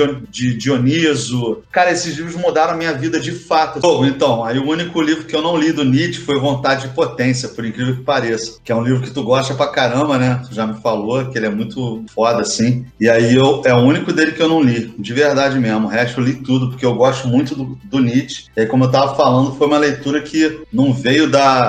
Dioniso, cara, esses livros mudaram a minha vida de fato. Então, aí o único livro que eu não li do Nietzsche foi Vontade de Potência, por incrível que pareça, que é um livro que tu gosta pra caramba, né? Tu já me falou que ele é muito foda, assim. E aí é o único dele que eu não li, de verdade mesmo. O resto eu li tudo, porque eu gosto muito do Nietzsche. E aí, como eu tava falando, foi uma leitura que não veio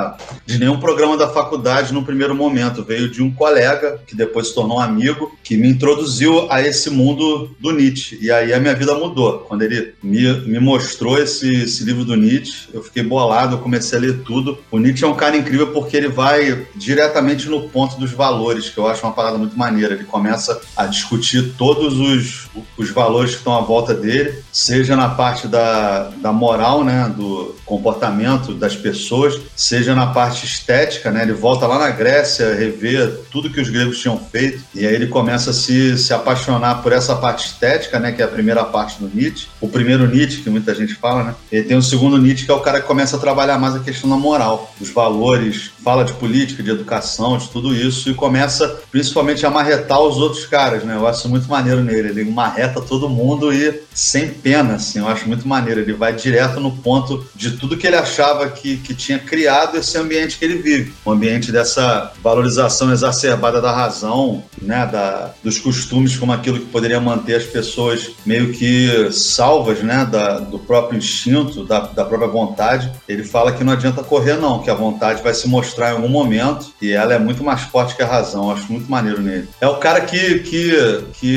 de nenhum programa da faculdade no primeiro momento. Veio de um colega, que depois se tornou um amigo, que me introduziu a esse mundo do Nietzsche. E aí a minha vida mudou. Quando ele me mostrou esse livro do Nietzsche, eu fiquei bolado, eu comecei a ler tudo. O Nietzsche é um cara incrível porque ele vai diretamente no ponto dos valores, que eu acho uma parada muito maneira. Ele começa a discutir todos os valores que estão à volta dele, seja na parte da moral, né, do comportamento das pessoas, seja na parte estética, né? Ele volta lá na Grécia, rever tudo que os gregos tinham feito, e aí ele começa a se apaixonar por essa parte estética, né, que é a primeira parte do Nietzsche. O primeiro Nietzsche, que muita gente fala, né? E tem o segundo Nietzsche, que é o cara que começa a trabalhar mais a questão da moral, dos valores, fala de política, de educação, de tudo isso, e começa principalmente a marretar os outros caras, né? Eu acho muito maneiro nele, ele marreta todo mundo e sem pena, assim, eu acho muito maneiro. Ele vai direto no ponto de tudo que ele achava que tinha criado esse ambiente que ele vive, um ambiente dessa valorização exacerbada da razão, né, dos costumes como aquilo que poderia manter as pessoas meio que salvas, né, do próprio instinto, da própria vontade. Ele fala que não adianta correr não, que a vontade vai se mostrar em algum momento e ela é muito mais forte que a razão. Eu acho muito maneiro nele. É o cara que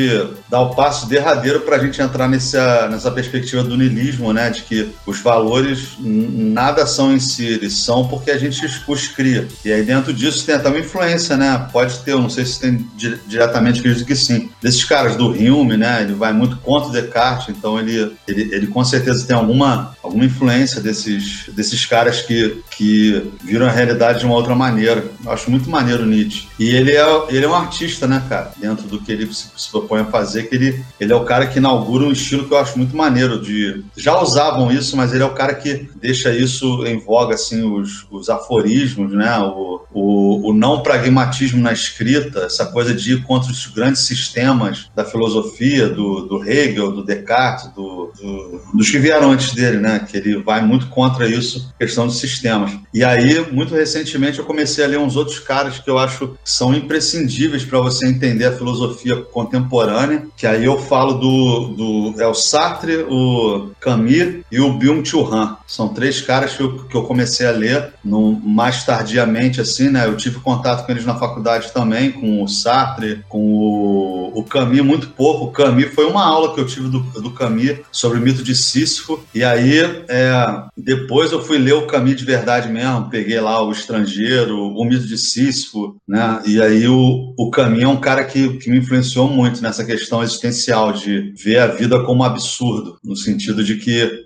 dá o passo derradeiro para a gente entrar nessa perspectiva do niilismo, né? De que os valores nada são em si, eles são porque a gente os cria. E aí dentro disso tem até uma influência, né? Pode ter, eu não sei se tem diretamente, acredito que sim. Desses caras do Hume, né? Ele vai muito contra o Descartes, então ele com certeza tem alguma influência desses caras que viram a realidade de uma outra maneira. Eu acho muito maneiro o Nietzsche. E ele é um artista, né, cara? Dentro do que ele se propõe a fazer, que ele é o cara que inaugura um estilo que eu acho muito maneiro. Já usavam isso, mas ele é o cara que deixa isso em voga, assim, os aforismos, né? O não pragmatismo na escrita, essa coisa de ir contra os grandes sistemas da filosofia, do Hegel, do Descartes, dos que vieram antes dele, né? Que ele vai muito contra isso, questão de sistemas. E aí, muito recentemente, eu comecei a ler uns outros caras que eu acho que são imprescindíveis para você entender a filosofia contemporânea, que aí eu falo o Sartre, o Camus e o Byung-Chul Han. São 3 caras que eu comecei a ler mais tardiamente, assim, né? Eu tive contato com eles na faculdade também, com o Sartre, com o Camus, muito pouco. O Camus foi uma aula que eu tive do Camus sobre o mito de Sísifo, e aí depois eu fui ler o Camus de verdade mesmo, peguei lá O Estrangeiro, o mito de Sísifo, né? E aí o Camus é um cara que me influenciou muito nessa questão existencial de ver a vida como absurdo, no sentido de que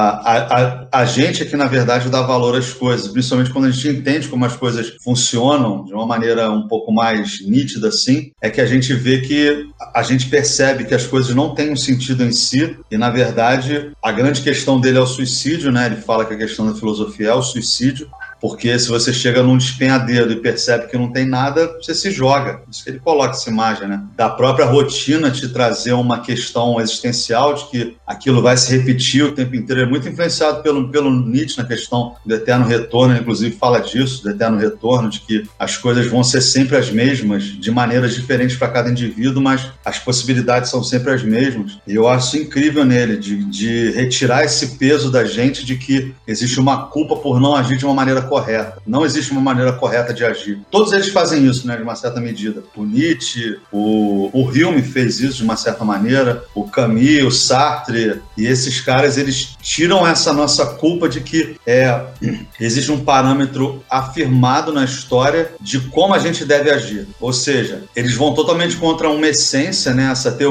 a gente é que, na verdade, dá valor às coisas, principalmente quando a gente entende como as coisas funcionam de uma maneira um pouco mais nítida, assim, é que a gente vê que a gente percebe que as coisas não têm um sentido em si e, na verdade, a grande questão dele é o suicídio, né? Ele fala que a questão da filosofia é o suicídio, porque se você chega num despenhadeiro e percebe que não tem nada, você se joga. Isso que ele coloca essa imagem, né? Da própria rotina te trazer uma questão existencial de que aquilo vai se repetir o tempo inteiro. É muito influenciado pelo Nietzsche na questão do eterno retorno, ele, inclusive fala disso, do eterno retorno, de que as coisas vão ser sempre as mesmas, de maneiras diferentes para cada indivíduo, mas as possibilidades são sempre as mesmas. E eu acho incrível nele, de retirar esse peso da gente de que existe uma culpa por não agir de uma maneira correta. Não existe uma maneira correta de agir. Todos eles fazem isso, né, de uma certa medida. O Nietzsche, o Hume fez isso de uma certa maneira, o Camus, o Sartre, e esses caras, eles tiram essa nossa culpa de que existe um parâmetro afirmado na história de como a gente deve agir. Ou seja, eles vão totalmente contra uma essência, né,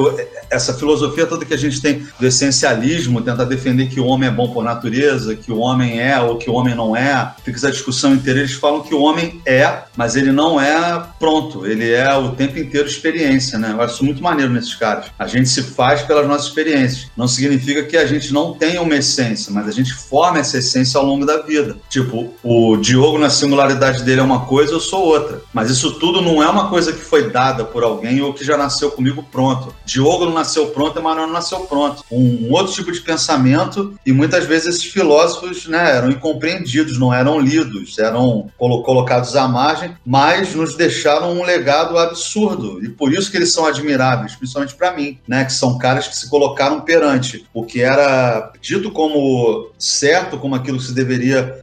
essa filosofia toda que a gente tem do essencialismo, tentar defender que o homem é bom por natureza, que o homem é ou que o homem não é. Fica essa discussão inteira, eles falam que o homem mas ele não é pronto, ele é o tempo inteiro experiência, né? Eu acho muito maneiro nesses caras. A gente se faz pelas nossas experiências. Não significa que a gente não tenha uma essência, mas a gente forma essa essência ao longo da vida. Tipo, o Diogo na singularidade dele é uma coisa, eu sou outra. Mas isso tudo não é uma coisa que foi dada por alguém ou que já nasceu comigo pronto. Diogo não nasceu pronto, Emanuel não nasceu pronto. Um outro tipo de pensamento, e muitas vezes esses filósofos, né, eram incompreendidos, não eram lidos, eram colocados à margem, mas nos deixaram um legado absurdo, e por isso que eles são admiráveis, principalmente para mim, né, que são caras que se colocaram perante o que era dito como certo, como aquilo que se deveria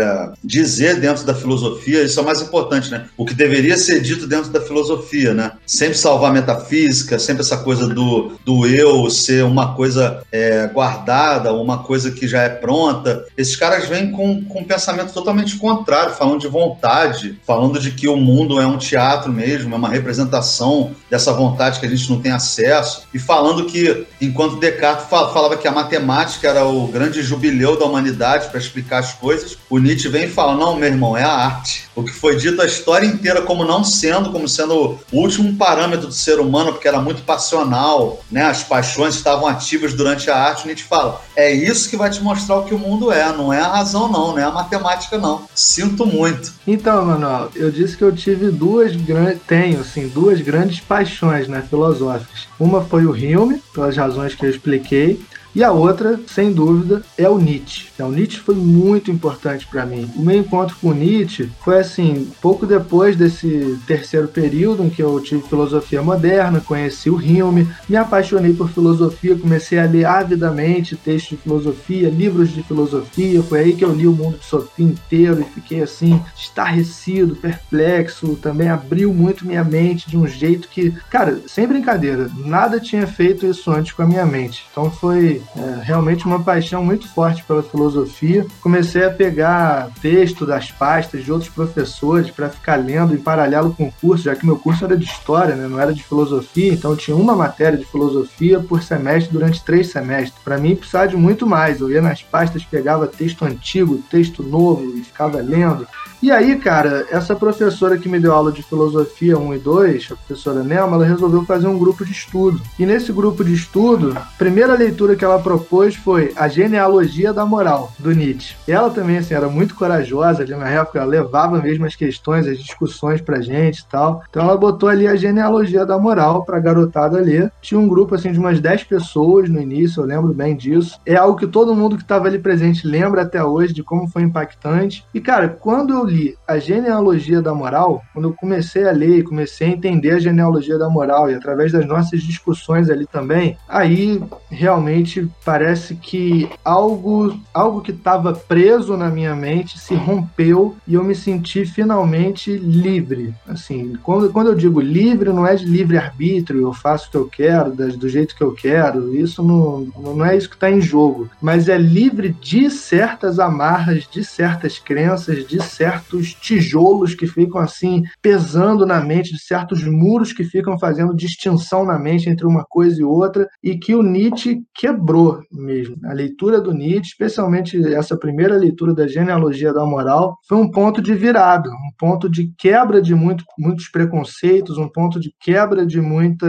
dizer dentro da filosofia. Isso é o mais importante, né, o que deveria ser dito dentro da filosofia, né, sempre salvar a metafísica, sempre essa coisa do eu ser uma coisa guardada, uma coisa que já é pronta. Esses caras vêm com um pensamento totalmente contrário, falando de vontade, falando de que o mundo é um teatro mesmo, é uma representação dessa vontade que a gente não tem acesso, e falando que, enquanto Descartes falava que a matemática era o grande jubileu da humanidade para explicar as coisas, o Nietzsche vem e fala, não, meu irmão, é a arte. O que foi dito a história inteira como sendo o último parâmetro do ser humano, porque era muito passional, né? As paixões estavam ativas durante a arte. O Nietzsche fala, é isso que vai te mostrar o que o mundo é, não é a razão não é a matemática não. Sinto muito. Então, Manuel, eu disse que eu tive duas grandes paixões, né, filosóficas. Uma foi o Hume, pelas razões que eu expliquei, E a outra, sem dúvida, é o Nietzsche. O Nietzsche foi muito importante para mim. O meu encontro com o Nietzsche foi assim, pouco depois desse terceiro período em que eu tive filosofia moderna, conheci o Hume, me apaixonei por filosofia, comecei a ler avidamente textos de filosofia, livros de filosofia. Foi aí que eu li o Mundo de Sofia inteiro e fiquei assim, estarrecido, perplexo. Também abriu muito minha mente de um jeito que, cara, sem brincadeira, nada tinha feito isso antes com a minha mente. Então foi realmente uma paixão muito forte pela filosofia. Comecei a pegar texto das pastas de outros professores para ficar lendo em paralelo com o curso, já que meu curso era de história, né? Não era de filosofia, então tinha uma matéria de filosofia por semestre durante 3 semestres. Para mim, precisava de muito mais. Eu ia nas pastas, pegava texto antigo, texto novo e ficava lendo. E aí, cara, essa professora que me deu aula de filosofia 1 e 2, a professora Nelma, ela resolveu fazer um grupo de estudo. E nesse grupo de estudo, a primeira leitura que ela propôs foi A Genealogia da Moral, do Nietzsche. Ela também, assim, era muito corajosa ali na época, ela levava mesmo as questões, as discussões pra gente e tal. Então ela botou ali A Genealogia da Moral pra garotada ler. Tinha um grupo, assim, de umas 10 pessoas no início, eu lembro bem disso. É algo que todo mundo que estava ali presente lembra até hoje de como foi impactante. E, cara, quando eu li A Genealogia da Moral, quando eu comecei a ler, comecei a entender a genealogia da moral e através das nossas discussões ali também, aí realmente parece que algo que estava preso na minha mente se rompeu e eu me senti finalmente livre. Assim, quando eu digo livre, não é de livre-arbítrio, eu faço o que eu quero, do jeito que eu quero, isso não é isso que está em jogo, mas é livre de certas amarras, de certas crenças, de certos tijolos que ficam assim pesando na mente, de certos muros que ficam fazendo distinção na mente entre uma coisa e outra, e que o Nietzsche quebrou mesmo. A leitura do Nietzsche, especialmente essa primeira leitura da Genealogia da Moral, foi um ponto de virada, um ponto de quebra de muitos preconceitos, um ponto de quebra de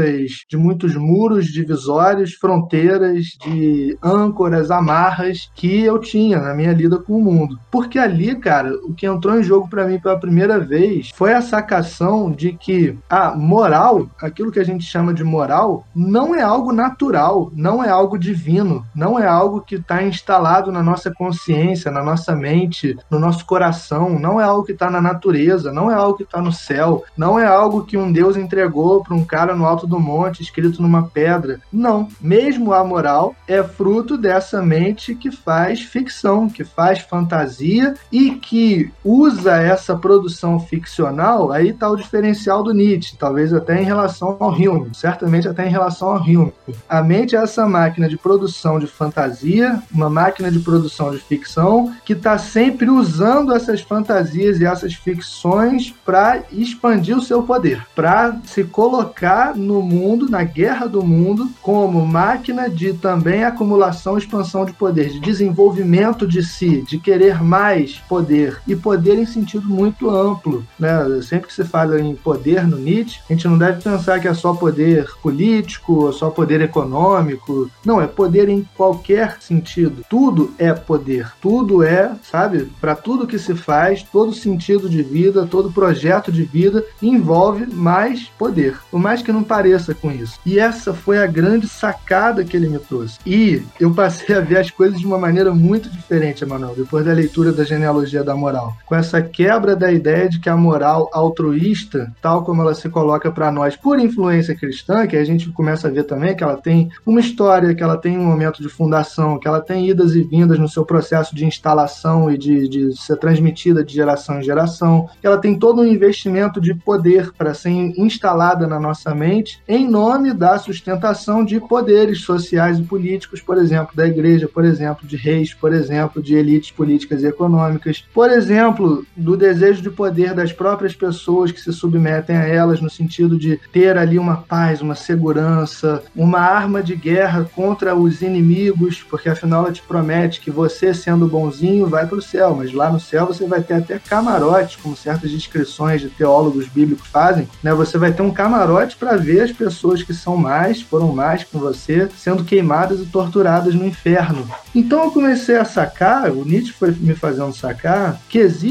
muitos muros divisórios, fronteiras, de âncoras, amarras que eu tinha na minha lida com o mundo. Porque ali, cara, o que entrou em jogo para mim pela primeira vez foi a sacação de que a moral, aquilo que a gente chama de moral, não é algo natural, não é algo divino, não é algo que está instalado na nossa consciência, na nossa mente, no nosso coração, não é algo que está na natureza, não é algo que está no céu, não é algo que um Deus entregou para um cara no alto do monte, escrito numa pedra. Não. Mesmo a moral é fruto dessa mente que faz ficção, que faz fantasia e que usa essa produção ficcional. Aí está o diferencial do Nietzsche, talvez até em relação ao Hume, certamente até em relação ao Hume. A mente é essa máquina de produção de fantasia, uma máquina de produção de ficção, que está sempre usando essas fantasias e essas ficções para expandir o seu poder, para se colocar no mundo, na guerra do mundo, como máquina de também acumulação e expansão de poder, de desenvolvimento de si, de querer mais poder, e poder em sentido muito amplo, né? Sempre que se fala em poder no Nietzsche, a gente não deve pensar que é só poder político, ou só poder econômico. Não, é poder em qualquer sentido. Tudo é poder. Tudo é, sabe? Para tudo que se faz, todo sentido de vida, todo projeto de vida envolve mais poder. Por mais que não pareça com isso. E essa foi a grande sacada que ele me trouxe. E eu passei a ver as coisas de uma maneira muito diferente, Emanuel, depois da leitura da Genealogia da Moral. Com essa quebra da ideia de que a moral altruísta, tal como ela se coloca para nós por influência cristã, que a gente começa a ver também que ela tem uma história, que ela tem um momento de fundação, que ela tem idas e vindas no seu processo de instalação e de ser transmitida de geração em geração, que ela tem todo um investimento de poder para ser instalada na nossa mente em nome da sustentação de poderes sociais e políticos, por exemplo, da igreja, por exemplo, de reis, por exemplo, de elites políticas e econômicas, por exemplo, do desejo de poder das próprias pessoas que se submetem a elas, no sentido de ter ali uma paz, uma segurança, uma arma de guerra contra os inimigos, porque afinal ela te promete que você, sendo bonzinho, vai para o céu, mas lá no céu você vai ter até camarote, como certas descrições de teólogos bíblicos fazem, né? Você vai ter um camarote para ver as pessoas que foram mais com você, sendo queimadas e torturadas no inferno. Então eu comecei a sacar, o Nietzsche foi me fazendo sacar, que existe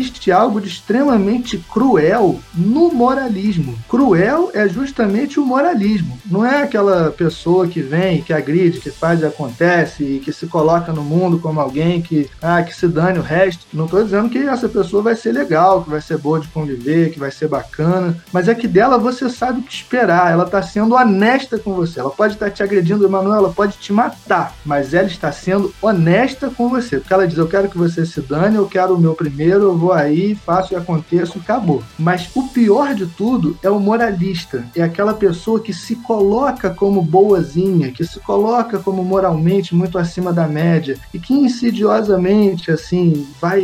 existe algo de extremamente cruel no moralismo. Cruel é justamente o moralismo. Não é aquela pessoa que vem, que agride, que faz e acontece e que se coloca no mundo como alguém que se dane o resto. Não estou dizendo que essa pessoa vai ser legal, que vai ser boa de conviver, que vai ser bacana, mas é que dela você sabe o que esperar. Ela está sendo honesta com você. Ela pode estar te agredindo, Emanuel, ela pode te matar, mas ela está sendo honesta com você, porque ela diz, eu quero que você se dane, eu quero o meu primeiro, eu vou aí, faço e aconteço, acabou. Mas o pior de tudo é o moralista, é aquela pessoa que se coloca como boazinha, que se coloca como moralmente muito acima da média e que insidiosamente, assim, vai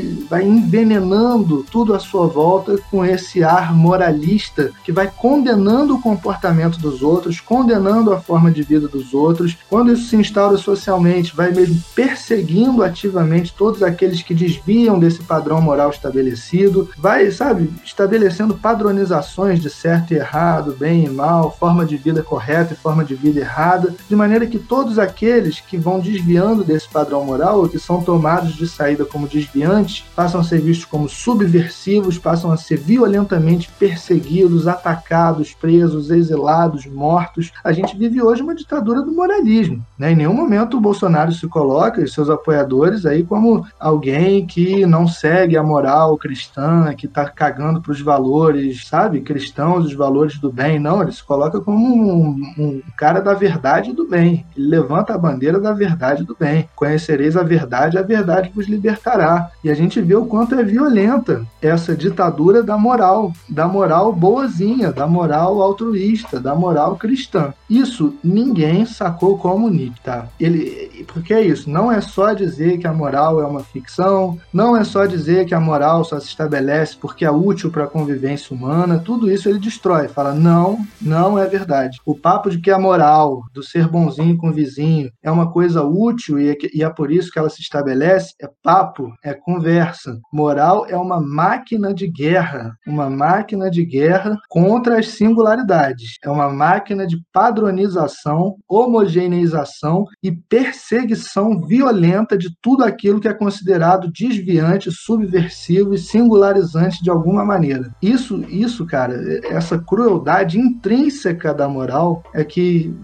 envenenando tudo à sua volta com esse ar moralista que vai condenando o comportamento dos outros, condenando a forma de vida dos outros. Quando isso se instaura socialmente, vai mesmo perseguindo ativamente todos aqueles que desviam desse padrão moral estabelecido, vai, estabelecendo padronizações de certo e errado, bem e mal, forma de vida correta e forma de vida errada, de maneira que todos aqueles que vão desviando desse padrão moral, ou que são tomados de saída como desviantes, passam a ser vistos como subversivos, passam a ser violentamente perseguidos, atacados, presos, exilados, mortos. A gente vive hoje uma ditadura do moralismo, né? Em nenhum momento o Bolsonaro se coloca e seus apoiadores aí como alguém que não segue a moral cristã, que está cagando para os valores, cristãos, os valores do bem. Não, ele se coloca como um cara da verdade e do bem. Ele levanta a bandeira da verdade e do bem. Conhecereis a verdade vos libertará. E a gente vê o quanto é violenta essa ditadura da moral boazinha, da moral altruísta, da moral cristã. Isso ninguém sacou como Nietzsche, tá? Porque é isso, não é só dizer que a moral é uma ficção, não é só dizer que a moral só se estabelece porque é útil para a convivência humana, tudo isso ele destrói, fala, não é verdade. O papo de que a moral, do ser bonzinho com o vizinho, é uma coisa útil e é por isso que ela se estabelece, é papo, é conversa. Moral é uma máquina de guerra contra as singularidades. É uma máquina de padronização, homogeneização e perseguição violenta de tudo aquilo que é considerado desviante, subversivo e singularizante de alguma maneira. Isso, cara, essa crueldade intrínseca da moral é que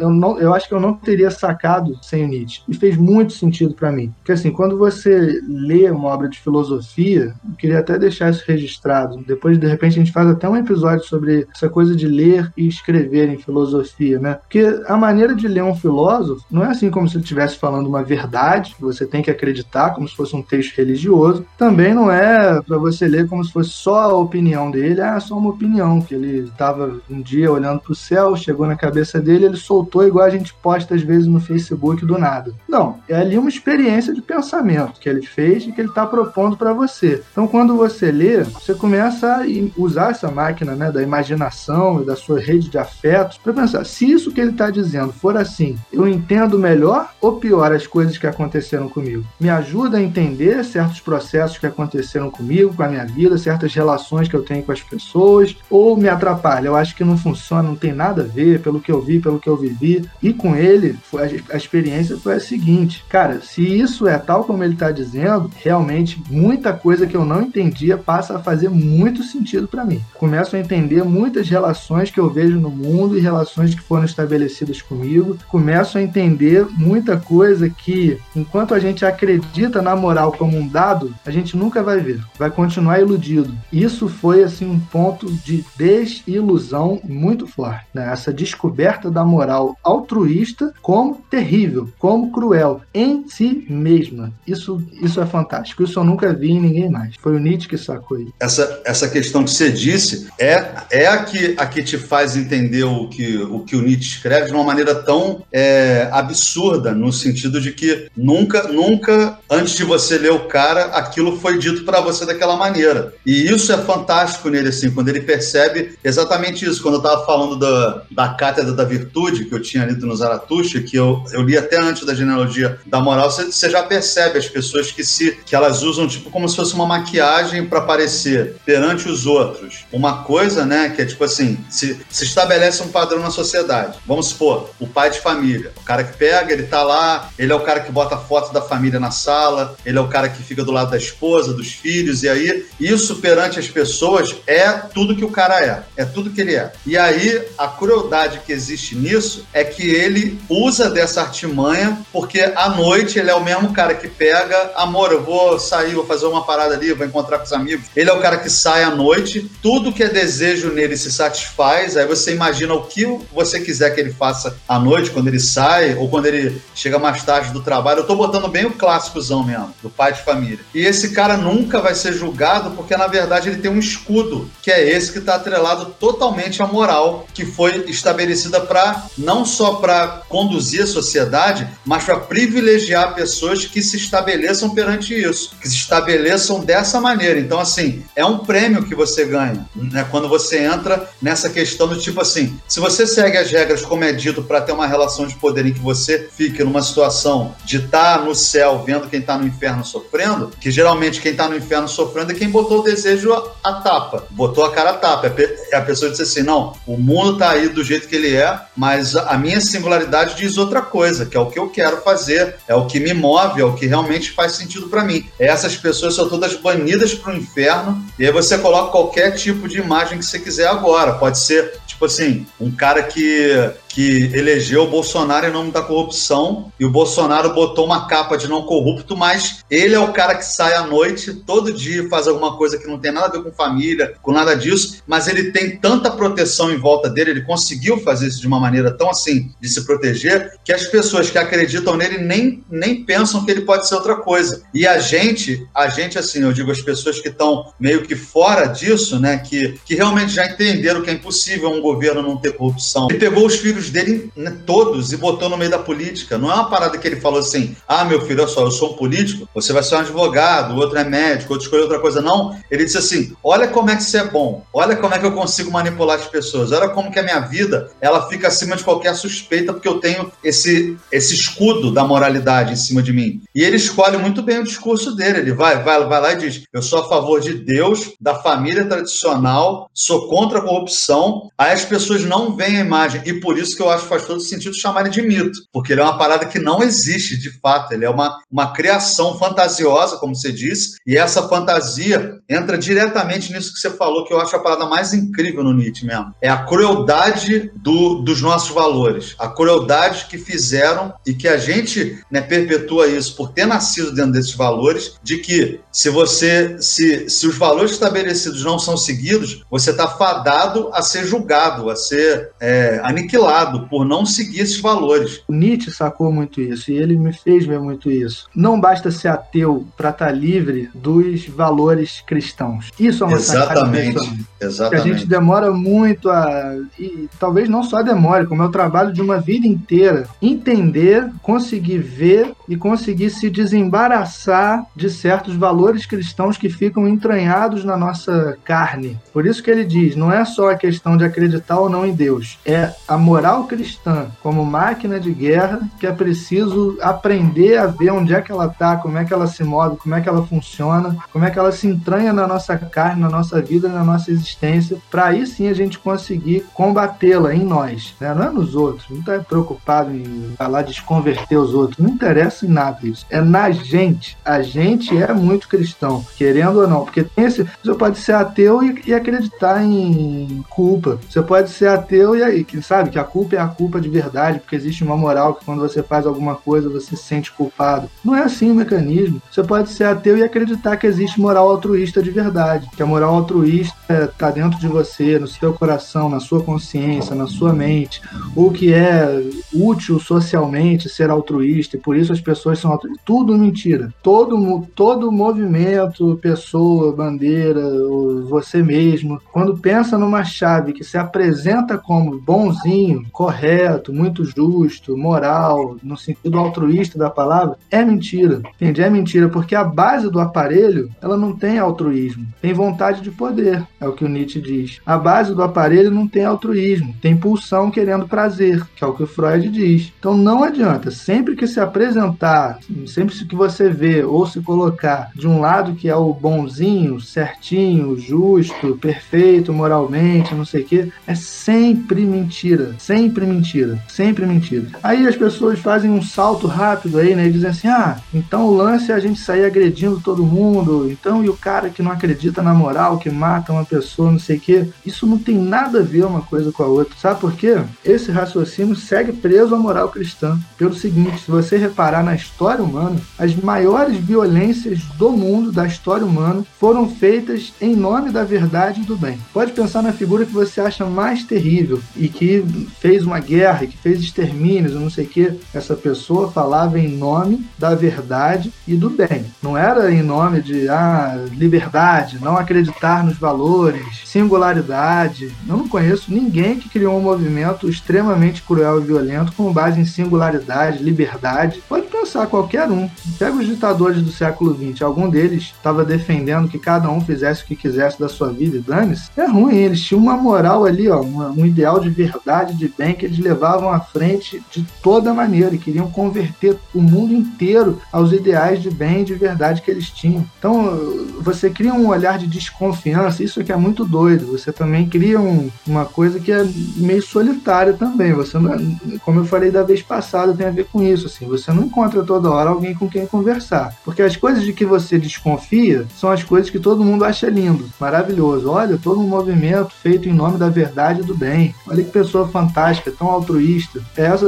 eu acho que eu não teria sacado sem o Nietzsche. E fez muito sentido para mim. Porque assim, quando você lê uma obra de filosofia, eu queria até deixar isso registrado. Depois, de repente, a gente faz até um episódio sobre essa coisa de ler e escrever em filosofia, né? Porque a maneira de ler um filósofo não é assim como se ele estivesse falando uma verdade, que você tem que acreditar, como se fosse um texto religioso. Também não é para você ler como se fosse só a opinião dele, só uma opinião, que ele estava um dia olhando para o céu, chegou na cabeça dele, ele soltou igual a gente posta às vezes no Facebook do nada. Não, é ali uma experiência de pensamento que ele fez e que ele está propondo para você. Então, quando você lê, você começa a usar essa máquina, né, da imaginação e da sua rede de afetos para pensar, se isso que ele está dizendo for assim, eu entendo melhor ou pior as coisas que aconteceram comigo? Me ajuda a entender certos processos que aconteceram comigo, com a minha vida, certas relações que eu tenho com as pessoas, ou me atrapalha? Eu acho que não funciona, não tem nada a ver, pelo que eu vi, pelo que eu vivi. E com ele, a experiência foi a seguinte, cara, se isso é tal como ele está dizendo, realmente muita coisa que eu não entendia passa a fazer muito sentido para mim. Começo a entender muitas relações que eu vejo no mundo e relações que foram estabelecidas comigo. Começo a entender muita coisa que, enquanto a gente acredita na moral como um dado, a gente nunca vai ver. Vai continuar iludido. Isso foi, assim, um ponto de desilusão muito forte, né? Essa descoberta da moral altruísta como terrível, como cruel, em si mesma. Isso é fantástico. Isso eu nunca vi em ninguém mais. Foi o Nietzsche que sacou isso. Essa questão que você disse é a que te faz entender o que o Nietzsche escreve de uma maneira tão absurda, no sentido de que nunca, antes de você ler o cara, aquilo foi dito para você daquela maneira. E isso é fantástico nele, assim, quando ele percebe exatamente isso. Quando eu estava falando da Cátedra da Virtude, que eu tinha lido no Zaratustra, que eu li até antes da genealogia da moral, você já percebe as pessoas que elas usam tipo como se fosse uma maquiagem para parecer perante os outros uma coisa, né, que é tipo assim, se estabelece um padrão na sociedade. Vamos supor, o pai de família, o cara que pega, ele tá lá, ele é o cara que bota a foto da família na sala, ele é o cara que fica do lado da esposa, esposa, dos filhos, e aí isso perante as pessoas é tudo que o cara é tudo que ele é. E aí a crueldade que existe nisso é que ele usa dessa artimanha, porque à noite ele é o mesmo cara que pega, amor, eu vou sair, vou fazer uma parada ali, vou encontrar com os amigos. Ele é o cara que sai à noite, tudo que é desejo nele se satisfaz, aí você imagina o que você quiser que ele faça à noite, quando ele sai, ou quando ele chega mais tarde do trabalho. Eu tô botando bem o clássicozão mesmo, do pai de família. E esse cara nunca vai ser julgado, porque na verdade ele tem um escudo, que é esse que está atrelado totalmente à moral, que foi estabelecida não só para conduzir a sociedade, mas para privilegiar pessoas que se estabeleçam perante isso, que se estabeleçam dessa maneira. Então, assim, é um prêmio que você ganha, né? Quando você entra nessa questão do tipo assim, se você segue as regras como é dito para ter uma relação de poder em que você fique numa situação de estar no céu vendo quem está no inferno sofrendo, que geralmente quem está no inferno sofrendo é quem botou o desejo a tapa, botou a cara a tapa. A pessoa disse assim, não, o mundo está aí do jeito que ele é, mas a minha singularidade diz outra coisa, que é o que eu quero fazer, é o que me move, é o que realmente faz sentido para mim. Essas pessoas são todas banidas para o inferno, e aí você coloca qualquer tipo de imagem que você quiser agora. Pode ser, tipo assim, um cara que elegeu o Bolsonaro em nome da corrupção, e o Bolsonaro botou uma capa de não corrupto, mas ele é o cara que sai à noite, todo dia faz alguma coisa que não tem nada a ver com família, com nada disso, mas ele tem tanta proteção em volta dele, ele conseguiu fazer isso de uma maneira tão assim, de se proteger, que as pessoas que acreditam nele nem pensam que ele pode ser outra coisa. E a gente assim, eu digo, as pessoas que estão meio que fora disso, né, que realmente já entenderam que é impossível um governo não ter corrupção. Ele pegou os filhos dele, né, todos, e botou no meio da política. Não é uma parada que ele falou assim, meu filho, olha só, eu sou um político, você vai ser um advogado, o outro é médico, outro escolheu outra coisa. Não, ele disse assim, olha como é que isso é bom, olha como é que eu consigo manipular as pessoas, olha como que a minha vida, ela fica acima de qualquer suspeita, porque eu tenho esse escudo da moralidade em cima de mim. E ele escolhe muito bem o discurso dele, ele vai lá e diz, eu sou a favor de Deus, da família tradicional, sou contra a corrupção. Aí as pessoas não veem a imagem, e por isso que eu acho que faz todo sentido chamar ele de mito, porque ele é uma parada que não existe de fato, ele é uma criação fantasiosa, como você disse, e essa fantasia entra diretamente nisso que você falou, que eu acho a parada mais incrível no Nietzsche mesmo. É a crueldade dos nossos valores, a crueldade que fizeram e que a gente, né, perpetua isso por ter nascido dentro desses valores, de que se os valores estabelecidos não são seguidos, você está fadado a ser julgado, a ser aniquilado por não seguir esses valores. O Nietzsche sacou muito isso, e ele me fez ver muito isso. Não basta ser ateu para estar livre dos valores cristãos. Isso é uma sacada impressionante. Exatamente. A gente demora muito e talvez não só demore, como é o trabalho de uma vida inteira, entender, conseguir ver e conseguir se desembaraçar de certos valores cristãos que ficam entranhados na nossa carne. Por isso que ele diz, não é só a questão de acreditar ou não em Deus, é a moral cristã como máquina de guerra que é preciso aprender a ver onde é que ela está, como é que ela se move, como é que ela funciona, como é que ela se entranha na nossa carne, na nossa vida, na nossa existência, para aí sim a gente conseguir combatê-la em nós, né? Não é nos outros, não está preocupado em falar de desconverter os outros, não interessa em nada isso, é na gente. A gente é muito cristão, querendo ou não, porque você pode ser ateu e acreditar em culpa, você pode ser ateu e aí, quem sabe que a culpa é a culpa de verdade, porque existe uma moral que quando você faz alguma coisa você se sente culpado. Não é assim o mecanismo. Você pode ser ateu e acreditar que existe moral altruísta de verdade, que a moral altruísta está dentro de você, no seu coração, na sua consciência, na sua mente, ou que é útil socialmente ser altruísta e por isso as pessoas são altruístas. Tudo mentira. Todo movimento, pessoa, bandeira, ou você mesmo, quando pensa numa chave que se apresenta como bonzinho, correto, muito justo, moral, no sentido altruísta da palavra, é mentira. Entende? É mentira, porque a base do aparelho, ela não tem altruísmo, tem vontade de poder, é o que o Nietzsche diz. A base do aparelho não tem altruísmo, tem pulsão querendo prazer, que é o que o Freud diz. Então não adianta, sempre que se apresentar, sempre que você vê ou se colocar de um lado que é o bonzinho, certinho, justo, perfeito moralmente, não sei o quê, é sempre mentira. Sempre sempre mentira, sempre mentira. Aí as pessoas fazem um salto rápido aí, né, e dizem assim, então o lance é a gente sair agredindo todo mundo, então e o cara que não acredita na moral, que mata uma pessoa, não sei o quê. Isso não tem nada a ver uma coisa com a outra. Sabe por quê? Esse raciocínio segue preso à moral cristã. Pelo seguinte, se você reparar na história humana, as maiores violências do mundo, da história humana, foram feitas em nome da verdade e do bem. Pode pensar na figura que você acha mais terrível e que fez uma guerra, que fez extermínios, não sei o quê. Essa pessoa falava em nome da verdade e do bem. Não era em nome de liberdade, não acreditar nos valores, singularidade. Eu não conheço ninguém que criou um movimento extremamente cruel e violento com base em singularidade, liberdade. Pode pensar qualquer um. Pega os ditadores do século XX, algum deles estava defendendo que cada um fizesse o que quisesse da sua vida e dane-se. É ruim, eles tinham uma moral ali, um ideal de verdade, de bem, que eles levavam à frente de toda maneira e queriam converter o mundo inteiro aos ideais de bem e de verdade que eles tinham. Então, você cria um olhar de desconfiança, isso que é muito doido. Você também cria uma coisa que é meio solitária também. Você não, como eu falei da vez passada, tem a ver com isso. Assim, você não encontra toda hora alguém com quem conversar. Porque as coisas de que você desconfia são as coisas que todo mundo acha lindo, maravilhoso. Olha, todo um movimento feito em nome da verdade e do bem. Olha que pessoa fantástica, tão altruísta.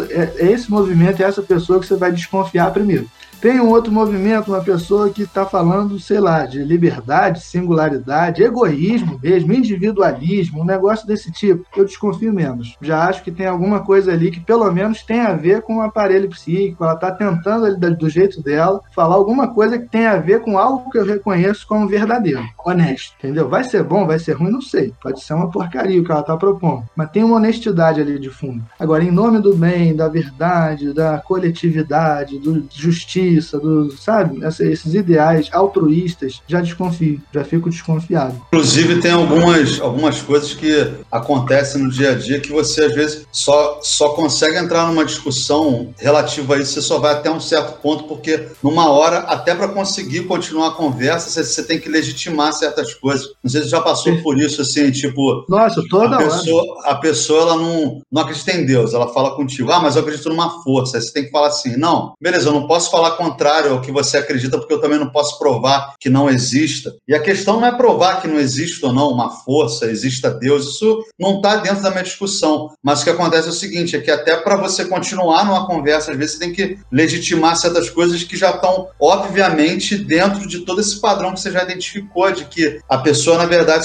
É esse movimento, é essa pessoa que você vai desconfiar primeiro. Tem um outro movimento, uma pessoa que está falando, sei lá, de liberdade, singularidade, egoísmo mesmo, individualismo, um negócio desse tipo. Eu desconfio menos. Já acho que tem alguma coisa ali que pelo menos tem a ver com o aparelho psíquico. Ela está tentando ali, do jeito dela, falar alguma coisa que tem a ver com algo que eu reconheço como verdadeiro, honesto, entendeu? Vai ser bom, vai ser ruim, não sei. Pode ser uma porcaria o que ela está propondo. Mas tem uma honestidade ali de fundo. Agora, em nome do bem, da verdade, da coletividade, do justiça, sabe? Esses ideais altruístas, já desconfio, já fico desconfiado. Inclusive, tem algumas coisas que acontecem no dia a dia que você, às vezes, só consegue entrar numa discussão relativa a isso, você só vai até um certo ponto, porque numa hora, até para conseguir continuar a conversa, você tem que legitimar certas coisas. Não sei se você já passou por isso, assim, tipo... Nossa, toda hora. A pessoa, ela não acredita em Deus, ela fala contigo, mas eu acredito numa força. Aí você tem que falar assim, não, beleza, eu não posso falar contrário ao que você acredita, porque eu também não posso provar que não exista. E a questão não é provar que não existe ou não uma força, exista Deus, isso não está dentro da minha discussão. Mas o que acontece é o seguinte, é que até para você continuar numa conversa, às vezes você tem que legitimar certas coisas que já estão, obviamente, dentro de todo esse padrão que você já identificou, de que a pessoa, na verdade,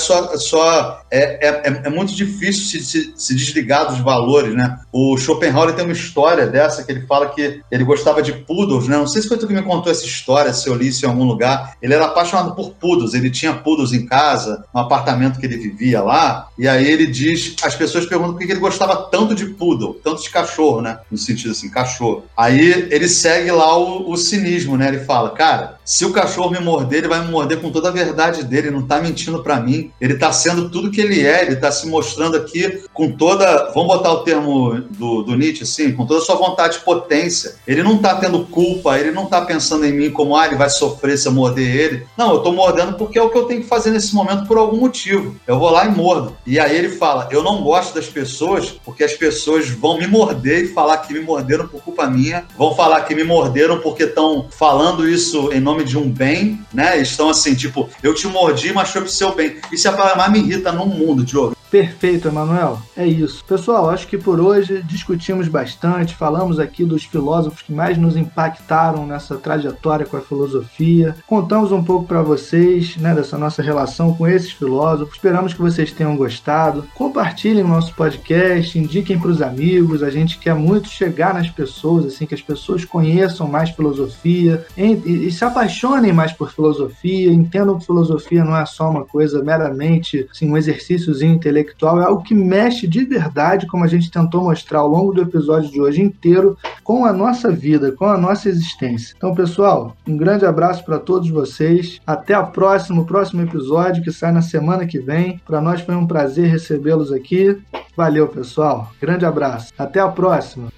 é muito difícil se desligar dos valores, né? O Schopenhauer tem uma história dessa, que ele fala que ele gostava de poodles, né? Não sei se foi tu que me contou essa história, se eu li isso em algum lugar. Ele era apaixonado por poodles, ele tinha poodles em casa, no apartamento que ele vivia lá, e aí ele diz, as pessoas perguntam por que ele gostava tanto de poodle, tanto de cachorro, né? No sentido assim, cachorro. Aí ele segue lá o cinismo, né? Ele fala, cara, se o cachorro me morder, ele vai me morder com toda a verdade dele, ele não tá mentindo pra mim, ele tá sendo tudo que ele é, ele tá se mostrando aqui com toda, vamos botar o termo do Nietzsche assim, com toda a sua vontade de potência. Ele não tá tendo culpa, ele não tá pensando em mim como, ele vai sofrer se eu morder ele. Não, eu tô mordendo porque é o que eu tenho que fazer nesse momento por algum motivo. Eu vou lá e mordo. E aí ele fala, eu não gosto das pessoas porque as pessoas vão me morder e falar que me morderam por culpa minha, vão falar que me morderam porque estão falando isso em nome de um bem, né? Estão assim, tipo, eu te mordi, mas foi pro seu bem. Isso é a palavra mais me irrita no mundo, Diogo. Perfeito, Emanuel. É isso. Pessoal, acho que por hoje discutimos bastante, falamos aqui dos filósofos que mais nos impactaram nessa trajetória com a filosofia. Contamos um pouco para vocês, né, dessa nossa relação com esses filósofos. Esperamos que vocês tenham gostado. Compartilhem o nosso podcast, indiquem para os amigos. A gente quer muito chegar nas pessoas, assim, que as pessoas conheçam mais filosofia e se apaixonem mais por filosofia, entendam que filosofia não é só uma coisa meramente, assim, um exercíciozinho intelectual, é algo que mexe de verdade, como a gente tentou mostrar ao longo do episódio de hoje inteiro, com a nossa vida, com a nossa existência. Então, pessoal, um grande abraço para todos vocês. Até o próximo episódio, que sai na semana que vem. Para nós foi um prazer recebê-los aqui. Valeu, pessoal. Grande abraço. Até a próxima.